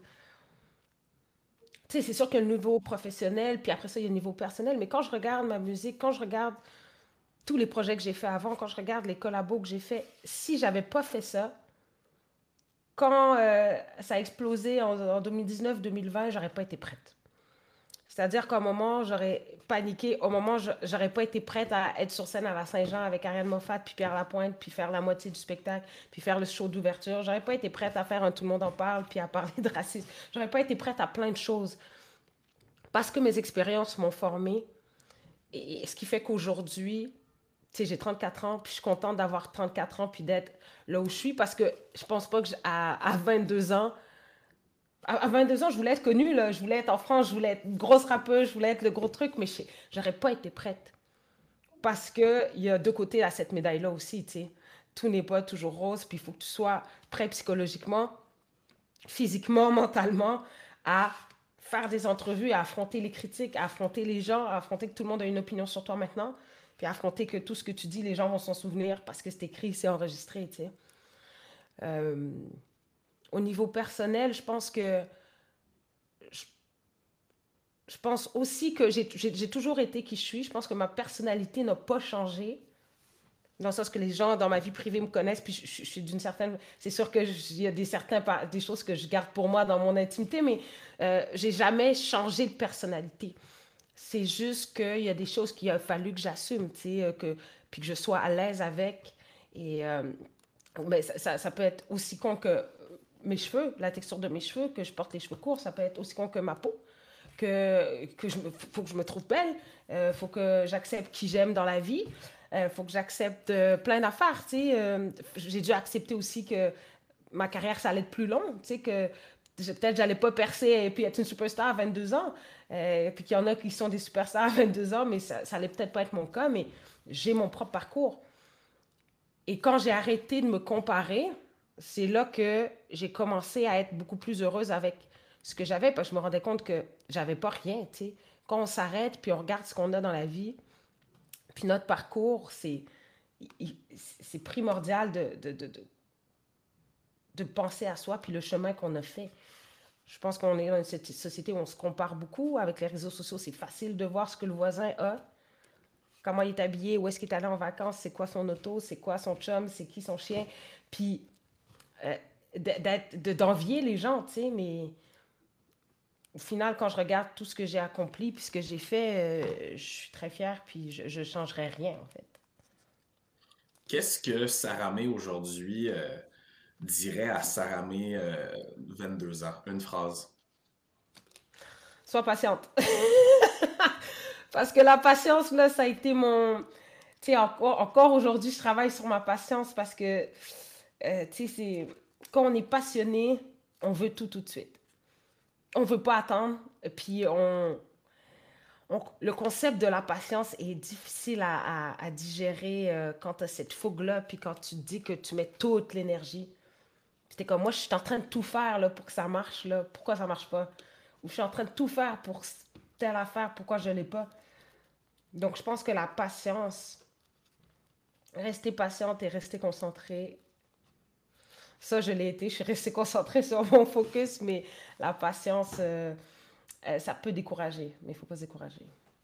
tu sais, c'est sûr qu'il y a le niveau professionnel, puis après ça, il y a le niveau personnel, mais quand je regarde ma musique, quand je regarde tous les projets que j'ai fait avant, quand je regarde les collabos que j'ai fait, si j'avais pas fait ça, quand ça a explosé en 2019-2020, j'aurais pas été prête. C'est-à-dire qu'à un moment, j'aurais paniqué. Au moment, j'aurais pas été prête à être sur scène à la Saint-Jean avec Ariane Moffat, puis Pierre Lapointe, puis faire la moitié du spectacle, puis faire le show d'ouverture. J'aurais pas été prête à faire un Tout le monde en parle, puis à parler de racisme. J'aurais pas été prête à plein de choses. Parce que mes expériences m'ont formée. Et ce qui fait qu'aujourd'hui, tu sais, j'ai 34 ans, puis je suis contente d'avoir 34 ans, puis d'être là où je suis, parce que je pense pas que à 22 ans, À 22 ans, je voulais être connue, là. Je voulais être en France, je voulais être une grosse rappeuse, je voulais être le gros truc, mais j'aurais pas été prête. Parce qu'il y a deux côtés à cette médaille-là aussi, tu sais. Tout n'est pas toujours rose, puis il faut que tu sois prêt psychologiquement, physiquement, mentalement, à faire des entrevues, à affronter les critiques, à affronter les gens, à affronter que tout le monde a une opinion sur toi maintenant, puis à affronter que tout ce que tu dis, les gens vont s'en souvenir parce que c'est écrit, c'est enregistré, tu sais. Euh, Au niveau personnel, je, je pense aussi que j'ai toujours été qui je suis. Je pense que ma personnalité n'a pas changé. Dans le sens que les gens dans ma vie privée me connaissent, puis je suis d'une certaine... C'est sûr qu'il y a des choses que je garde pour moi dans mon intimité, mais j'ai jamais changé de personnalité. C'est juste qu'il y a des choses qu'il a fallu que j'assume, tu sais, puis que je sois à l'aise avec. Et ben, ça peut être aussi con que mes cheveux, la texture de mes cheveux, que je porte les cheveux courts, ça peut être aussi con que ma peau, faut que je me trouve belle, faut que j'accepte qui j'aime dans la vie, faut que j'accepte plein d'affaires, tu sais. J'ai dû accepter aussi que ma carrière, ça allait être plus long, tu sais, que peut-être j'allais pas percer et puis être une superstar à 22 ans, puis qu'il y en a qui sont des superstars à 22 ans, mais ça allait peut-être pas être mon cas, mais j'ai mon propre parcours. Et quand j'ai arrêté de me comparer, c'est là que j'ai commencé à être beaucoup plus heureuse avec ce que j'avais, parce que je me rendais compte que j'avais pas rien, tu sais. Quand on s'arrête, puis on regarde ce qu'on a dans la vie, puis notre parcours, c'est primordial de penser à soi, puis le chemin qu'on a fait. Je pense qu'on est dans une société où on se compare beaucoup. Avec les réseaux sociaux, c'est facile de voir ce que le voisin a, comment il est habillé, où est-ce qu'il est allé en vacances, c'est quoi son auto, c'est quoi son chum, c'est qui son chien. Puis euh, d'envier les gens, tu sais, mais au final, quand je regarde tout ce que j'ai accompli, puis ce que j'ai fait, je suis très fière, puis je ne changerai rien, en fait. Qu'est-ce que Sarah May aujourd'hui dirait à Sarah May 22 ans? Une phrase. Sois patiente. Parce que la patience, là, ça a été mon... Tu sais, encore aujourd'hui, je travaille sur ma patience parce que, tu sais, quand on est passionné, on veut tout tout de suite. On veut pas attendre, puis le concept de la patience est difficile à digérer quand tu as cette fougue-là, puis quand tu te dis que tu mets toute l'énergie. C'était comme moi, je suis en train de tout faire là, pour que ça marche, là. Pourquoi ça marche pas? Ou je suis en train de tout faire pour telle affaire, pourquoi je l'ai pas? Donc, je pense que la patience, rester patiente et rester concentrée, ça, je l'ai été. Je suis restée concentrée sur mon focus, mais la patience, ça peut décourager, mais il faut pas se décourager.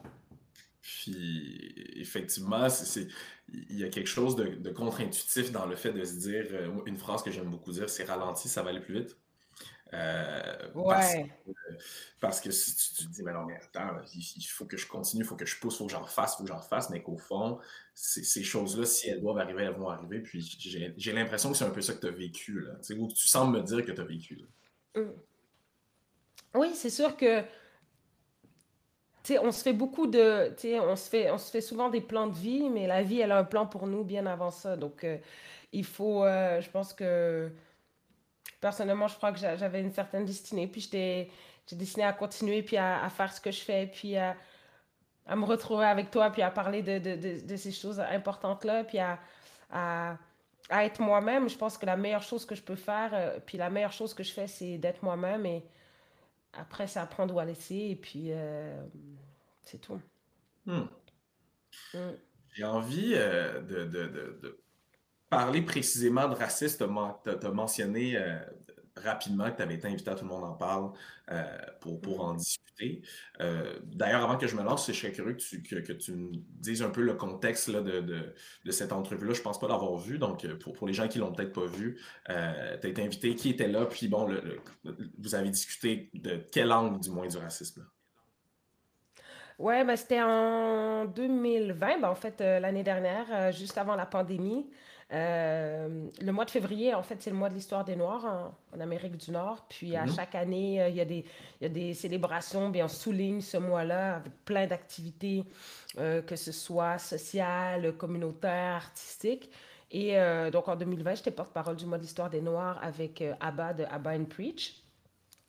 Puis, effectivement, il y a quelque chose de contre-intuitif dans le fait de se dire, une phrase que j'aime beaucoup dire, c'est ralenti, ça va aller plus vite. Euh, parce, Ouais. parce que si tu te dis, mais non, mais attends, là, il faut que je continue, il faut que je pousse, il faut que j'en fasse, mais qu'au fond, ces choses-là, si elles doivent arriver, elles vont arriver. Puis j'ai l'impression que c'est un peu ça que tu as vécu, là. Tu sais, ou que tu sembles me dire que tu as vécu, là. Mm. Oui, c'est sûr que, tu sais, on se fait beaucoup de, tu sais, on se fait souvent des plans de vie, mais la vie, elle a un plan pour nous bien avant ça. Donc, il faut, je pense que, personnellement, je crois que j'avais une certaine destinée, puis j'ai destiné à continuer, puis à faire ce que je fais, puis à me retrouver avec toi, puis à parler de ces choses importantes-là, puis à, à être moi-même. Je pense que la meilleure chose que je peux faire, puis la meilleure chose que je fais, c'est d'être moi-même, et après, c'est apprendre ou à laisser, et puis c'est tout. Hmm. Mm. J'ai envie de parler précisément de racisme. Tu as mentionné rapidement que tu avais été invité à Tout le monde en parle pour Mm. en discuter. D'ailleurs, avant que je me lance, je serais curieux que tu me dises un peu le contexte là, de cette entrevue-là. Je pense pas l'avoir vu, donc pour les gens qui l'ont peut-être pas vu, tu as été invité, qui était là, puis bon, vous avez discuté de quel angle, du moins, du racisme, là. Ouais, ben, c'était en 2020, ben, en fait, l'année dernière, juste avant la pandémie. Le mois de février, en fait, c'est le mois de l'histoire des Noirs en Amérique du Nord. Puis à Mhm. chaque année, il y a des célébrations, bien on souligne ce mois-là avec plein d'activités, que ce soit sociales, communautaires, artistiques. Et donc en 2020, j'étais porte-parole du mois de l'histoire des Noirs avec ABBA de ABBA and Preach.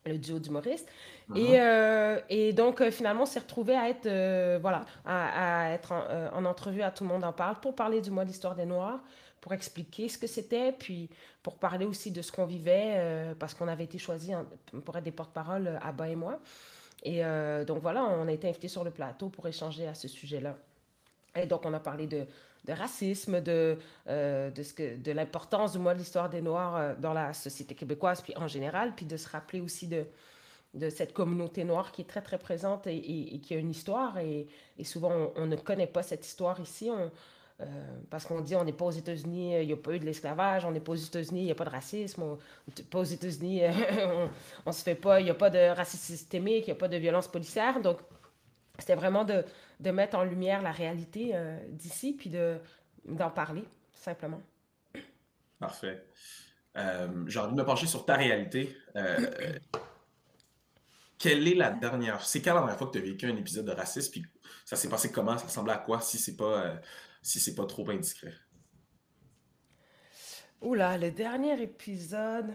le duo d'humoristes. Mhm. Et donc, finalement, on s'est retrouvés à être, voilà, à être en entrevue à Tout le monde en parle pour parler du mois d'Histoire des Noirs, pour expliquer ce que c'était, puis pour parler aussi de ce qu'on vivait, parce qu'on avait été choisis pour être des porte-parole, Abba et moi. Et donc, voilà, on a été invités sur le plateau pour échanger à ce sujet-là. Et donc, on a parlé de racisme, de l'importance du mois de l'Histoire des Noirs dans la société québécoise, puis en général, puis de se rappeler aussi de cette communauté noire qui est très, très présente et qui a une histoire. Et souvent, on ne connaît pas cette histoire ici. Parce qu'on dit on n'est pas aux États-Unis, il n'y a pas eu de l'esclavage, on n'est pas aux États-Unis, il n'y a pas de racisme, on n'est pas aux États-Unis, on se fait pas, il n'y a pas de racisme systémique, il n'y a pas de violence policière. Donc, c'était vraiment de mettre en lumière la réalité d'ici, puis d'en parler, simplement. Parfait. J'ai envie de me pencher sur ta réalité. Quelle est c'est quand la dernière fois que tu as vécu un épisode de racisme, puis ça s'est passé comment? Ça ressemblait à quoi si c'est pas trop indiscret? Oula, le dernier épisode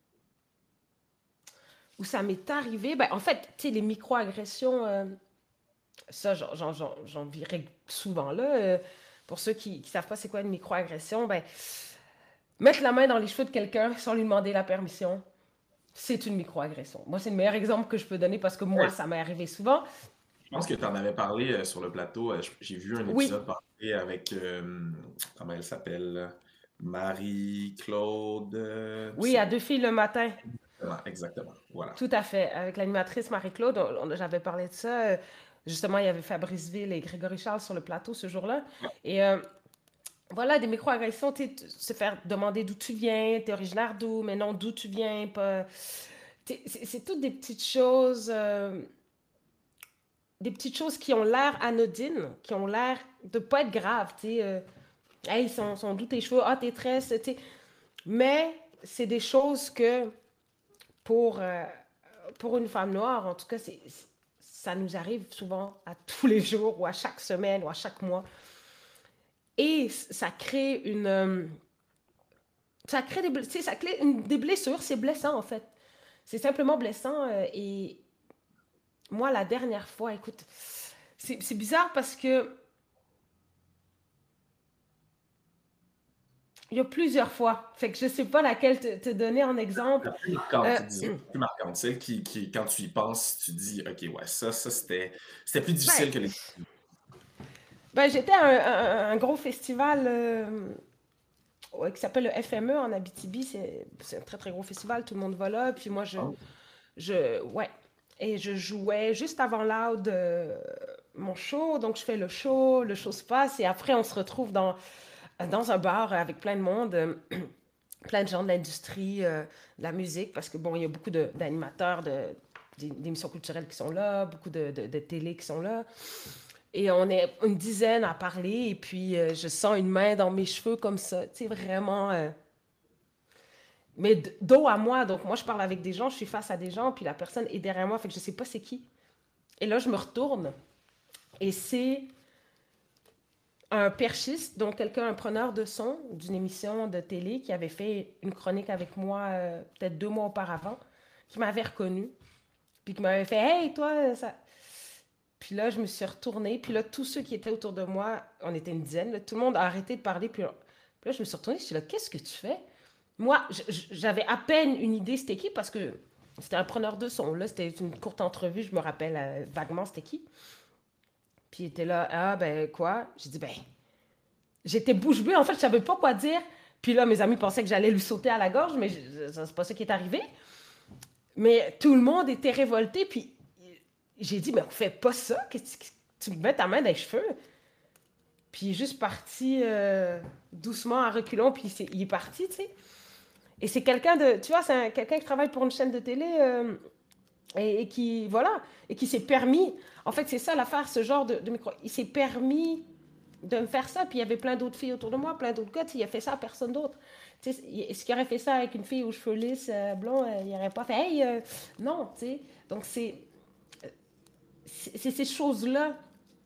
où ça m'est arrivé, ben, en fait, tu sais, les micro-agressions, ça, j'en virais souvent là. Pour ceux qui ne savent pas c'est quoi une micro-agression, ben, mettre la main dans les cheveux de quelqu'un sans lui demander la permission, c'est une micro-agression. Moi, c'est le meilleur exemple que je peux donner parce que moi, Ouais. ça m'est arrivé souvent. Je pense que tu en avais parlé sur le plateau. J'ai vu un Oui, épisode passer avec, comment elle s'appelle? Marie-Claude. oui, à deux filles le matin. Exactement. Voilà. Tout à fait. Avec l'animatrice Marie-Claude, j'avais parlé de ça. Justement, il y avait Fabrice Ville et Grégory Charles sur le plateau ce jour-là. Et voilà, des micro-agressions, tu sais, se faire demander d'où tu viens, t'es originaire d'où, mais non, d'où tu viens, pas. C'est toutes des petites choses qui ont l'air anodines, qui ont l'air de pas être graves, tu sais. Hey, sont d'où tes cheveux? Ah, tes tresses, tu sais. Mais c'est des choses que pour, euh, pour une femme noire, en tout cas, ça nous arrive souvent à tous les jours ou à chaque semaine ou à chaque mois. Et ça crée ça crée tu sais, ça crée des blessures, c'est blessant en fait. C'est simplement blessant. Et moi, la dernière fois, écoute, c'est bizarre parce que il y a plusieurs fois. Fait que je sais pas laquelle te donner en exemple. La plus marquante, Euh, tu dis, la plus marquante, celle quand tu y penses, tu dis, OK, ouais, ça c'était plus ben, difficile que les. j'étais à un gros festival ouais, qui s'appelle le FME en Abitibi. C'est un très très gros festival, tout le monde va là. Puis moi, Oh, ouais. Et je jouais juste avant Loud mon show. Donc je fais le show se passe. Et après, on se retrouve dans un bar avec plein de monde, plein de gens de l'industrie, de la musique. Parce que bon, il y a beaucoup d'animateurs d'émissions culturelles qui sont là, beaucoup de télé qui sont là. Et on est une dizaine à parler, et puis je sens une main dans mes cheveux comme ça, tu sais, vraiment. Mais dos à moi, donc moi je parle avec des gens, je suis face à des gens, puis la personne est derrière moi, fait que je sais pas c'est qui. Et là, je me retourne, et c'est un perchiste, donc quelqu'un, un preneur de son d'une émission de télé qui avait fait une chronique avec moi peut-être 2 mois auparavant, qui m'avait reconnu, puis qui m'avait fait Hey, toi, ça. Puis là, je me suis retournée. Puis là, tous ceux qui étaient autour de moi, on était une dizaine, là, tout le monde a arrêté de parler. Puis là, je me suis retournée. Je suis là, qu'est-ce que tu fais? Moi, j'avais à peine une idée c'était qui parce que c'était un preneur de son. Là, c'était une courte entrevue. Je me rappelle vaguement c'était qui. Puis il était là, ah ben quoi? J'ai dit, ben, j'étais bouche bée. En fait, je savais pas quoi dire. Puis là, mes amis pensaient que j'allais lui sauter à la gorge, mais c'est pas ça qui est arrivé. Mais tout le monde était révolté. Puis j'ai dit, mais on fait pas ça. Qu'est-ce que tu me mets ta main dans les cheveux? Puis il est juste parti doucement, à reculons, puis il est parti, tu sais. Et c'est quelqu'un de, tu vois, c'est quelqu'un qui travaille pour une chaîne de télé et qui, voilà, et qui s'est permis, en fait, c'est ça l'affaire, ce genre de micro. Il s'est permis de me faire ça, puis il y avait plein d'autres filles autour de moi, plein d'autres gars, tu sais, il a fait ça à personne d'autre. Tu sais, est-ce qu'il aurait fait ça avec une fille aux cheveux lisses, blonds, il n'aurait pas fait, hey, non, tu sais. Donc c'est ces choses-là.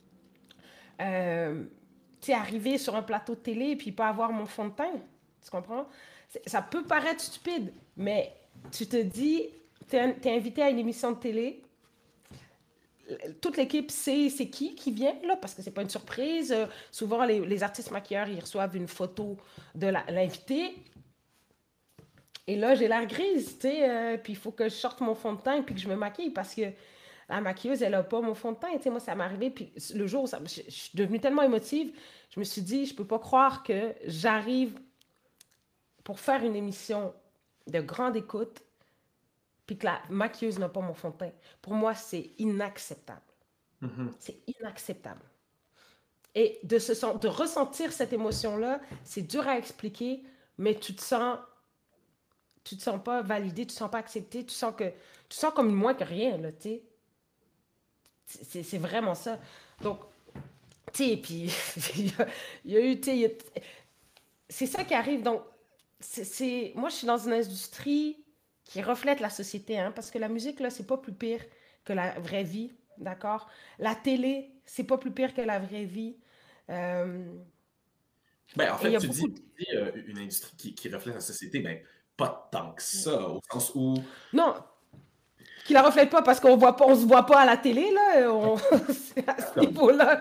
Tu sais, arriver sur un plateau de télé et puis pas avoir mon fond de teint. Tu comprends? Ça peut paraître stupide, mais tu te dis, t'es invité à une émission de télé. Toute l'équipe sait c'est qui vient, là, parce que c'est pas une surprise. Souvent, les artistes maquilleurs, ils reçoivent une photo de l'invité. Et là, j'ai l'air grise, tu sais, puis il faut que je sorte mon fond de teint puis que je me maquille parce que la maquilleuse, elle a pas mon fond de teint. Tu sais, moi, ça m'est arrivé, puis le jour où je suis devenue tellement émotive, je me suis dit, je peux pas croire que j'arrive pour faire une émission de grande écoute puis que la maquilleuse n'a pas mon fond de teint. Pour moi, c'est inacceptable. C'est inacceptable. Et de ressentir cette émotion-là, c'est dur à expliquer, mais tu te sens pas validé, tu te sens pas accepté, tu sens comme moins que rien, là, tu sais. C'est vraiment ça. Donc, tu sais, puis il y a eu, tu sais, c'est ça qui arrive. Donc, moi, je suis dans une industrie qui reflète la société, hein, parce que la musique, là, c'est pas plus pire que la vraie vie, d'accord? La télé, c'est pas plus pire que la vraie vie. Ben, en Et il y fait, a tu beaucoup dis, de... une industrie qui reflète la société, ben, pas tant que ça, au sens où... Non, qui la reflète pas parce qu'on voit pas, on se voit pas à la télé, là, c'est à ce niveau-là.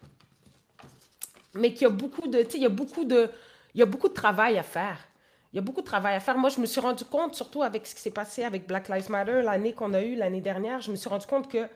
Mais qu'il y a beaucoup de, tu sais, il y a beaucoup de travail à faire. Il y a beaucoup de travail à faire. Moi, je me suis rendu compte, surtout avec ce qui s'est passé avec Black Lives Matter, l'année qu'on a eue l'année dernière, je me suis rendu compte que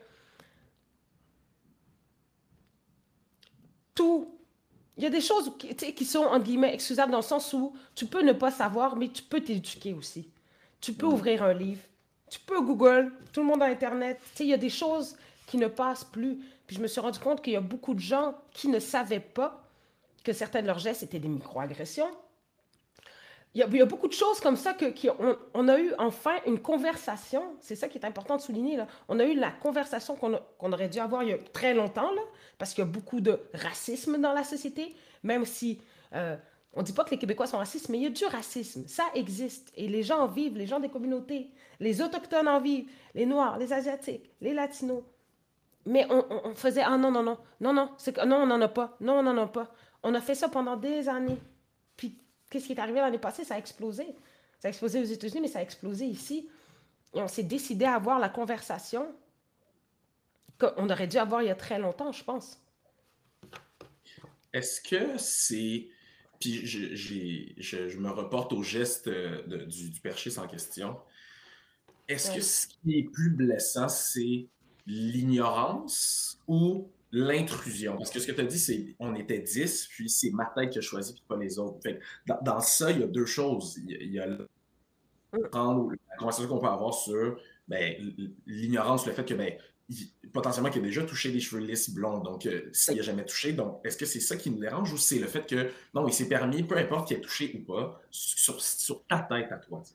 tout, il y a des choses qui, tu sais, qui sont, entre guillemets, excusables dans le sens où tu peux ne pas savoir, mais tu peux t'éduquer aussi. Tu peux ouvrir un livre, tu peux Google, tout le monde a Internet. Tu sais, il y a des choses qui ne passent plus. Puis je me suis rendu compte qu'il y a beaucoup de gens qui ne savaient pas que certains de leurs gestes étaient des microagressions. Il y a beaucoup de choses comme ça on a eu enfin une conversation. C'est ça qui est important de souligner, là. On a eu la conversation qu'on aurait dû avoir il y a très longtemps, là, parce qu'il y a beaucoup de racisme dans la société, même si on ne dit pas que les Québécois sont racistes, mais il y a du racisme. Ça existe. Et les gens en vivent, les gens des communautés, les Autochtones en vivent, les Noirs, les Asiatiques, les Latinos. Mais on faisait, ah non, non, non, non, non, non, on n'en a pas, non, on n'en a pas. On a fait ça pendant des années. Puis, qu'est-ce qui est arrivé l'année passée? Ça a explosé. Ça a explosé aux États-Unis, mais ça a explosé ici. Et on s'est décidé à avoir la conversation qu'on aurait dû avoir il y a très longtemps, je pense. Est-ce que c'est... Puis je me reporte au geste du perchiste en question. Est-ce que ce qui est plus blessant, c'est l'ignorance ou l'intrusion? Parce que ce que tu as dit, c'est on était 10, puis c'est ma tête qui a choisi, puis pas les autres. Fait dans ça, il y a deux choses. Il y a la conversation qu'on peut avoir sur ben, l'ignorance, le fait que ben, potentiellement qu'il a déjà touché des cheveux lisses blonds, donc s'il n'a jamais touché, donc est-ce que c'est ça qui nous dérange ou c'est le fait que non, il s'est permis, peu importe qu'il ait touché ou pas, sur ta tête à toi?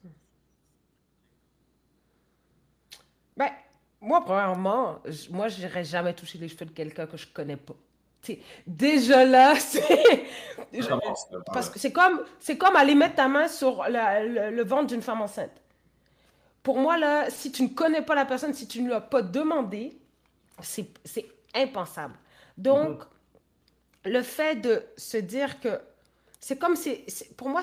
Ben, moi, premièrement, moi, je n'irais jamais toucher les cheveux de quelqu'un que je connais pas. T'sais, déjà là, parce que c'est comme aller mettre ta main sur le ventre d'une femme enceinte. Pour moi, là, si tu ne connais pas la personne, si tu ne lui as pas demandé, c'est impensable. Donc, le fait de se dire que c'est comme si, pour moi,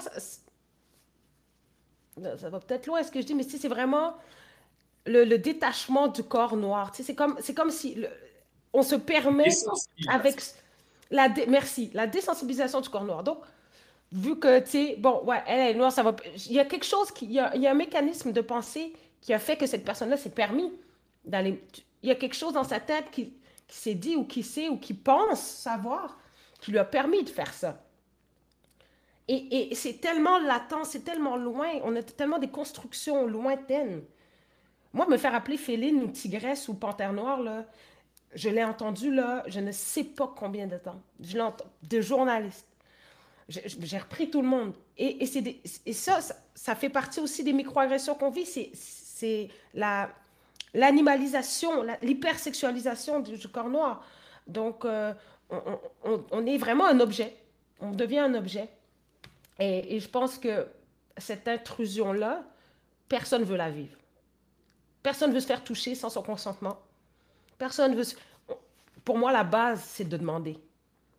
ça va peut-être loin ce que je dis, mais c'est vraiment le détachement du corps noir. C'est comme si on se permet avec merci, la désensibilisation du corps noir. Donc, vu que, tu sais, bon, ouais, elle est noire, ça va... Il y a quelque chose, il y a un mécanisme de pensée qui a fait que cette personne-là s'est permis d'aller... Il y a quelque chose dans sa tête qui s'est dit ou qui sait ou qui pense savoir qui lui a permis de faire ça. Et c'est tellement latent, c'est tellement loin, on a tellement des constructions lointaines. Moi, me faire appeler féline ou tigresse ou panthère noire, là, je l'ai entendu, là, je ne sais pas combien de temps. Je l'entends, de journalistes. J'ai repris tout le monde. Et ça fait partie aussi des microagressions qu'on vit. C'est l'animalisation, l'hypersexualisation du corps noir. Donc, on est vraiment un objet. On devient un objet. Et je pense que cette intrusion-là, personne ne veut la vivre. Personne ne veut se faire toucher sans son consentement. Personne veut se... Pour moi, la base, c'est de demander.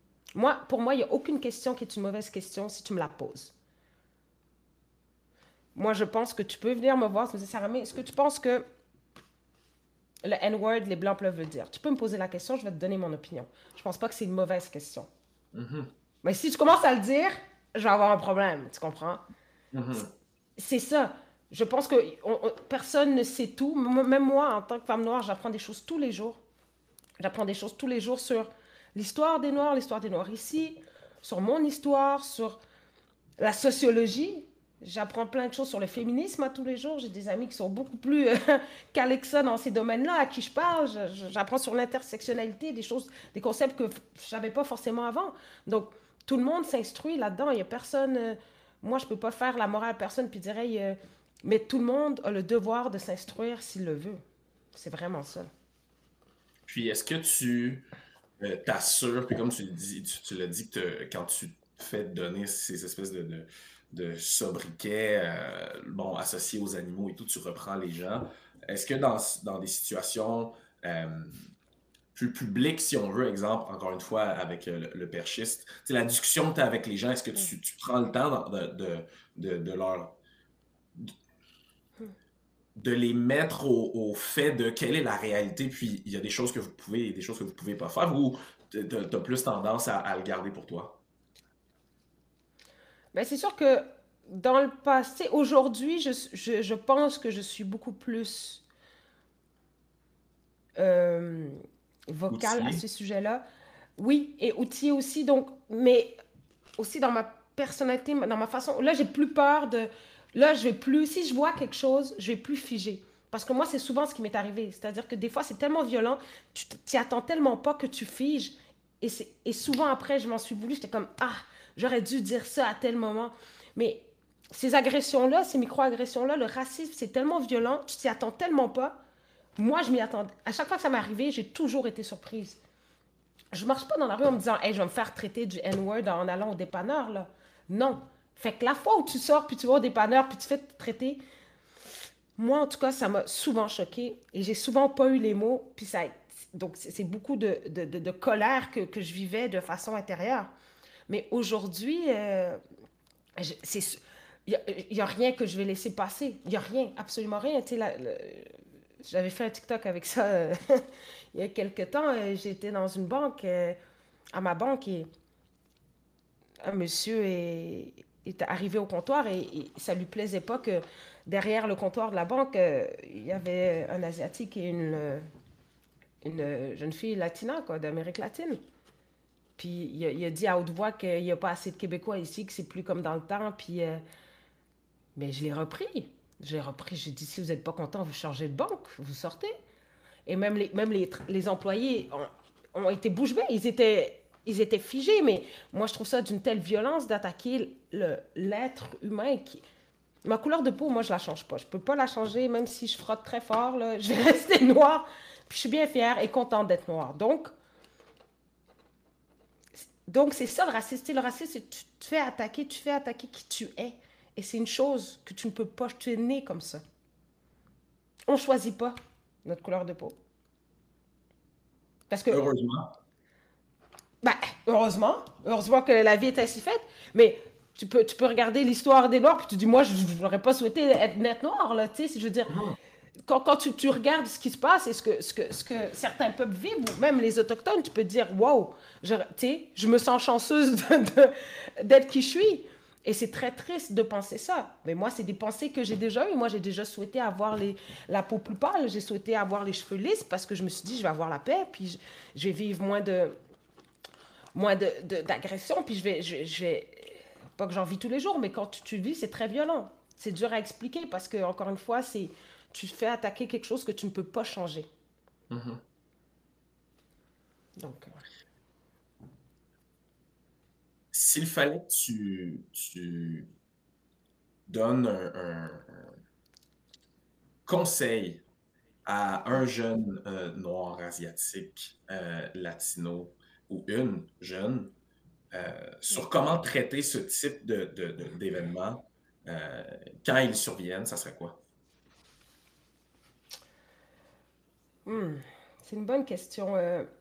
Pour moi, il n'y a aucune question qui est une mauvaise question si tu me la poses. moi, je pense que tu peux venir me voir, me dire, Sarah, mais est-ce que tu penses que le N-word, les Blancs peuvent le dire? Tu peux me poser la question, je vais te donner mon opinion. Je pense pas que c'est une mauvaise question. Mhm. Mais si tu commences à le dire, je vais avoir un problème, tu comprends? Mhm. C'est ça. Je pense que personne ne sait tout. Même moi, en tant que femme noire, j'apprends des choses tous les jours. J'apprends des choses tous les jours sur l'histoire des Noirs ici, sur mon histoire, sur la sociologie. J'apprends plein de choses sur le féminisme à tous les jours. J'ai des amis qui sont beaucoup plus calés que ça dans ces domaines-là, à qui je parle. J'apprends sur l'intersectionnalité, des choses, des concepts que je savais pas forcément avant. Donc, tout le monde s'instruit là-dedans. Il y a personne... moi, je peux pas faire la morale à personne puis dire, hey, mais tout le monde a le devoir de s'instruire s'il le veut. C'est vraiment ça. Puis est-ce que tu t'assures, puis comme tu le dis, tu l'as dit que quand tu te fais donner ces espèces de sobriquets bon, associés aux animaux et tout, tu reprends les gens. Est-ce que dans des situations plus publiques, si on veut, exemple, encore une fois, avec le perchiste, la discussion que tu as avec les gens, est-ce que tu prends le temps de leur de les mettre au fait de quelle est la réalité, puis il y a des choses que vous pouvez et des choses que vous pouvez pas faire, ou t'as plus tendance à le garder pour toi? Ben, c'est sûr que dans le passé, aujourd'hui, je pense que je suis beaucoup plus euh, vocale à Outillé? ce sujet-là. Oui, et outillée aussi, donc, mais aussi dans ma personnalité, dans ma façon. Là, j'ai plus peur de. Là, je vais plus. Si je vois quelque chose, je vais plus figer. Parce que moi, c'est souvent ce qui m'est arrivé. C'est-à-dire que des fois, c'est tellement violent, tu t'y attends tellement pas que tu figes. Et souvent après, je m'en suis voulu. J'étais comme, ah, j'aurais dû dire ça à tel moment. Mais ces agressions-là, ces micro-agressions-là, le racisme, c'est tellement violent, tu t'y attends tellement pas. Moi, je m'y attendais. À chaque fois que ça m'est arrivé, j'ai toujours été surprise. Je marche pas dans la rue en me disant, hey, je vais me faire traiter du N-word en allant au dépanneur, là. Non. Fait que la fois où tu sors, puis tu vas au dépanneur, puis tu fais te traiter, moi, en tout cas, ça m'a souvent choquée. Et j'ai souvent pas eu les mots. Puis ça, donc, c'est beaucoup de colère que je vivais de façon intérieure. Mais aujourd'hui, c'est, il y a rien que je vais laisser passer. Il y a rien, absolument rien. Tu sais, j'avais fait un TikTok avec ça il y a quelques temps. J'étais dans une banque, à ma banque, et un monsieur est arrivé au comptoir et ça lui plaisait pas que derrière le comptoir de la banque, il y avait un Asiatique et une jeune fille latina, quoi, d'Amérique latine. Puis il a dit à haute voix qu'il n'y a pas assez de Québécois ici, que c'est plus comme dans le temps. Puis, mais je l'ai repris. J'ai repris, j'ai dit, si vous n'êtes pas content, vous changez de banque, vous sortez. Et même les employés ont été bouche bée, ils étaient figés, mais moi je trouve ça d'une telle violence d'attaquer l'être humain qui... Ma couleur de peau, moi je la change pas. Je peux pas la changer, même si je frotte très fort, là, je vais rester noire. Puis je suis bien fière et contente d'être noire. Donc c'est ça le racisme. Tu sais, le racisme, c'est que tu fais attaquer qui tu es. Et c'est une chose que tu ne peux pas, tu es né comme ça. On ne choisit pas notre couleur de peau. Parce que Heureusement. ben, heureusement que la vie est ainsi faite, mais tu peux regarder l'histoire des Noirs, puis tu dis, moi, je n'aurais pas souhaité être net noir, là, tu sais, je veux dire, Mhm. quand tu regardes ce qui se passe et ce que certains peuples vivent, ou même les Autochtones, tu peux te dire, wow, tu sais, je me sens chanceuse d'être qui je suis. Et c'est très triste de penser ça. Mais moi, c'est des pensées que j'ai déjà eues. Moi, j'ai déjà souhaité avoir la peau plus pâle, j'ai souhaité avoir les cheveux lisses parce que je me suis dit, je vais avoir la paix, puis je vais vivre moins d'agression, puis pas que j'en vis tous les jours, mais quand tu le vis, c'est très violent. C'est dur à expliquer parce que, encore une fois, tu fais attaquer quelque chose que tu ne peux pas changer. Mhm. Donc, S'il fallait que tu donnes un conseil à un jeune noir asiatique, latino, ou une jeune, sur comment traiter ce type d'événement euh, quand ils surviennent, ça serait quoi? hmm, c'est une bonne question.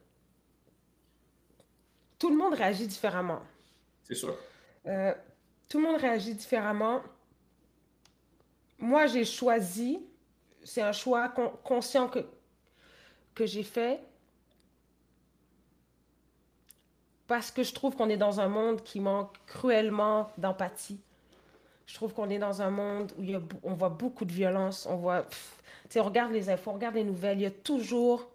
Tout le monde réagit différemment. C'est sûr. Euh, Tout le monde réagit différemment. moi, j'ai choisi, c'est un choix conscient que j'ai fait parce que je trouve qu'on est dans un monde qui manque cruellement d'empathie. Je trouve qu'on est dans un monde où on voit beaucoup de violence, on voit, tu sais, on regarde les infos, on regarde les nouvelles, il y a toujours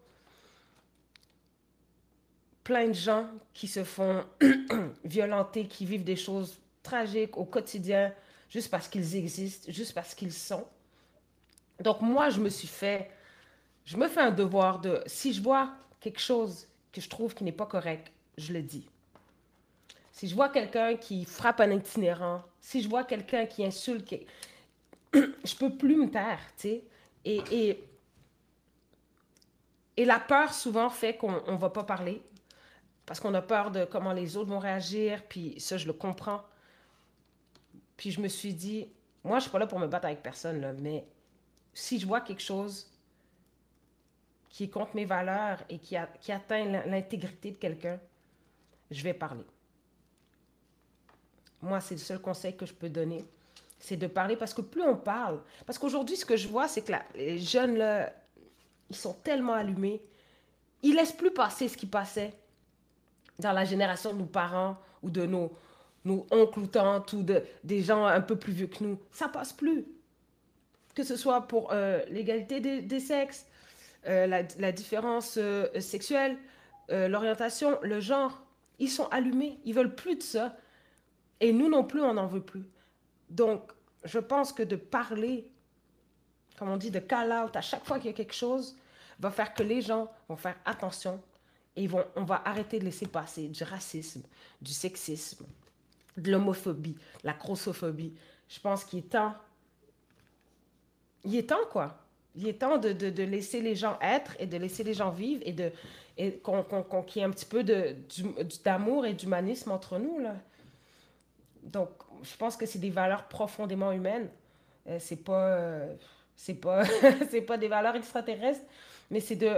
plein de gens qui se font violenter, qui vivent des choses tragiques au quotidien, juste parce qu'ils existent, juste parce qu'ils sont. Donc moi, je me fais un devoir de, si je vois quelque chose que je trouve qui n'est pas correct, je le dis. Si je vois quelqu'un qui frappe un itinérant, si je vois quelqu'un qui insulte, je peux plus me taire, tu sais. Et, et, et la peur souvent fait qu'on ne va pas parler parce qu'on a peur de comment les autres vont réagir, puis ça, je le comprends. Puis je me suis dit, moi, je suis pas là pour me battre avec personne, là, mais si je vois quelque chose qui est contre mes valeurs et qui atteint l'intégrité de quelqu'un, je vais parler. Moi, c'est le seul conseil que je peux donner, c'est de parler parce que plus on parle, parce qu'aujourd'hui, ce que je vois, c'est que les jeunes, là, ils sont tellement allumés, ils laissent plus passer ce qui passait dans la génération de nos parents ou de nos oncles ou tantes ou des gens un peu plus vieux que nous. Ça passe plus. Que ce soit pour l'égalité des sexes, la différence sexuelle, l'orientation, le genre. Ils sont allumés, ils veulent plus de ça. Et nous non plus, on n'en veut plus. Donc, je pense que de parler, comme on dit, de call out à chaque fois qu'il y a quelque chose, va faire que les gens vont faire attention et on va arrêter de laisser passer du racisme, du sexisme, de l'homophobie, de la grossophobie. Je pense il est temps, quoi. Il est temps de laisser les gens être et de laisser les gens vivre et qu'il y ait un petit peu d'amour et d'humanisme entre nous, là. Donc, je pense que c'est des valeurs profondément humaines. C'est pas, c'est pas des valeurs extraterrestres, mais c'est de.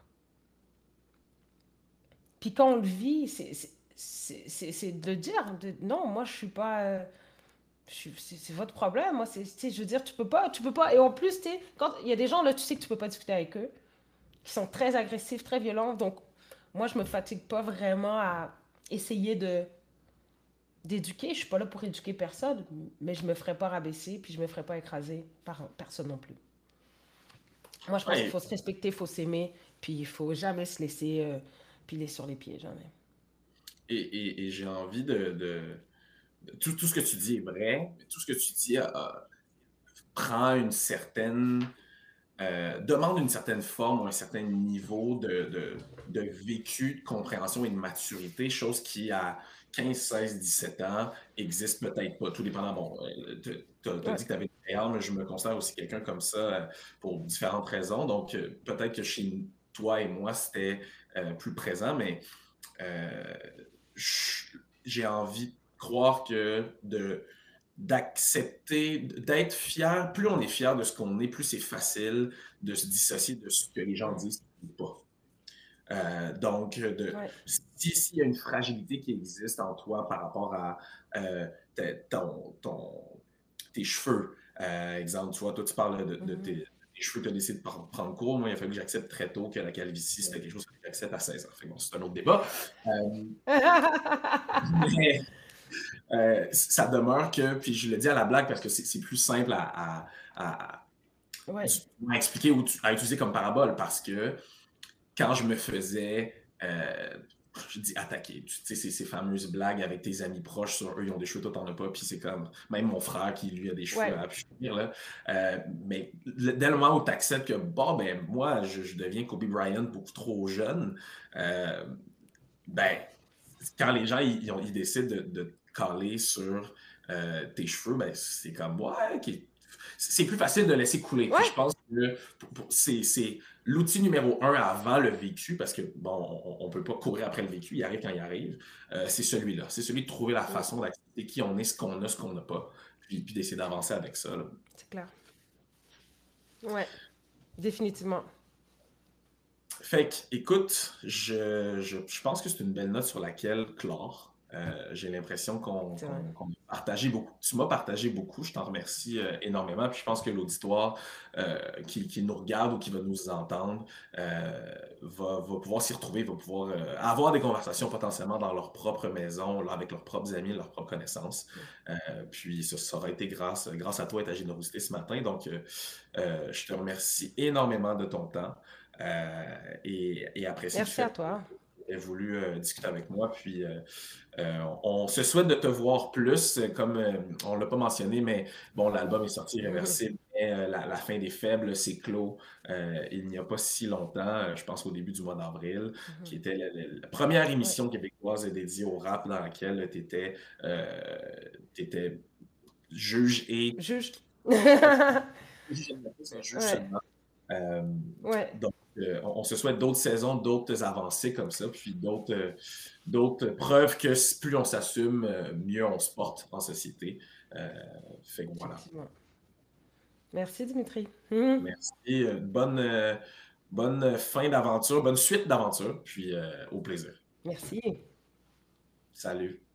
Puis quand on le vit, c'est de dire, non, moi je suis pas. C'est votre problème, moi. Je veux dire, tu peux pas. Et en plus, tu sais, quand il y a des gens là, tu sais que tu peux pas discuter avec eux, qui sont très agressifs, très violents. Donc, moi, je me fatigue pas vraiment à essayer d'éduquer. Je suis pas là pour éduquer personne, mais je me ferai pas rabaisser, puis je me ferai pas écraser par personne non plus. Moi, je pense qu'il Ouais, faut se respecter, il faut s'aimer, puis il faut jamais se laisser piler sur les pieds, jamais. et j'ai envie tout ce que tu dis est vrai, mais tout ce que tu dis prend une certaine demande une certaine forme ou un certain niveau de vécu, de compréhension et de maturité, chose qui, à 15, 16, 17 ans, existe peut-être pas, tout dépendant. Bon, tu as Ouais. dit que tu avais une arme, je me considère aussi quelqu'un comme ça pour différentes raisons. Donc, peut-être que chez toi et moi, c'était plus présent, mais euh, j'ai envie de croire que d'accepter, d'être fier. Plus on est fier de ce qu'on est, plus c'est facile de se dissocier de ce que les gens disent ou pas. Donc, Ouais. s'il y a une fragilité qui existe en toi par rapport à euh, tes cheveux, exemple, tu vois, toi, tu parles de Mhm. tes cheveux, tu as décidé de prendre court. Moi, il a fallu que j'accepte très tôt que la calvitie, c'était quelque chose que j'accepte à 16 ans. Fait, bon, c'est un autre débat. Euh, mais ça demeure que, puis je le dis à la blague parce que c'est plus simple à, Ouais. à expliquer ou à utiliser comme parabole parce que quand je me faisais, je dis attaquer, tu sais, ces fameuses blagues avec tes amis proches sur eux, ils ont des cheveux, toi t'en as pas, puis c'est comme, même mon frère qui lui a des cheveux Ouais. à punir, là. Mais dès le moment où tu acceptes que, bon, ben, moi, je deviens Kobe Bryant beaucoup trop jeune, euh, ben, quand les gens ils décident de te caler sur tes cheveux, ben, c'est comme, ouais, ok. C'est plus facile de laisser couler. Puis je Ouais. pense que c'est l'outil numéro un avant le vécu, parce que, bon, on ne peut pas courir après le vécu, il arrive quand il arrive. C'est celui-là. C'est celui de trouver la Mm. façon d'accepter qui on est, ce qu'on n'a pas, puis d'essayer d'avancer avec ça, là. C'est clair. Ouais. Définitivement. Fait que, écoute, je pense que c'est une belle note sur laquelle clore. J'ai l'impression qu'on C'est vrai. a partagé beaucoup. Tu m'as partagé beaucoup, je t'en remercie énormément. Puis je pense que l'auditoire qui nous regarde ou qui va nous entendre va pouvoir s'y retrouver, va pouvoir avoir des conversations potentiellement dans leur propre maison, là, avec leurs propres amis, leurs propres connaissances. Puis ça aura été grâce à toi et ta générosité ce matin. Donc, je te remercie énormément de ton temps et apprécie du Merci à fait toi. tu aies voulu discuter avec moi. Puis, on se souhaite de te voir plus, comme on ne l'a pas mentionné, mais bon, l'album est sorti Irréversible, mais la fin des faibles, c'est clos il n'y a pas si longtemps, je pense au début du mois d'avril, qui était la première Ouais. émission québécoise dédiée au rap dans laquelle tu étais juge et Juge. juge Ouais. seulement. Ouais. Donc, on se souhaite d'autres saisons, d'autres avancées comme ça, puis d'autres preuves que plus on s'assume, mieux on se porte en société. Fait que voilà. Effectivement. Merci, Dimitri. Merci. Bonne fin d'aventure, bonne suite d'aventure, puis au plaisir. Merci. Salut.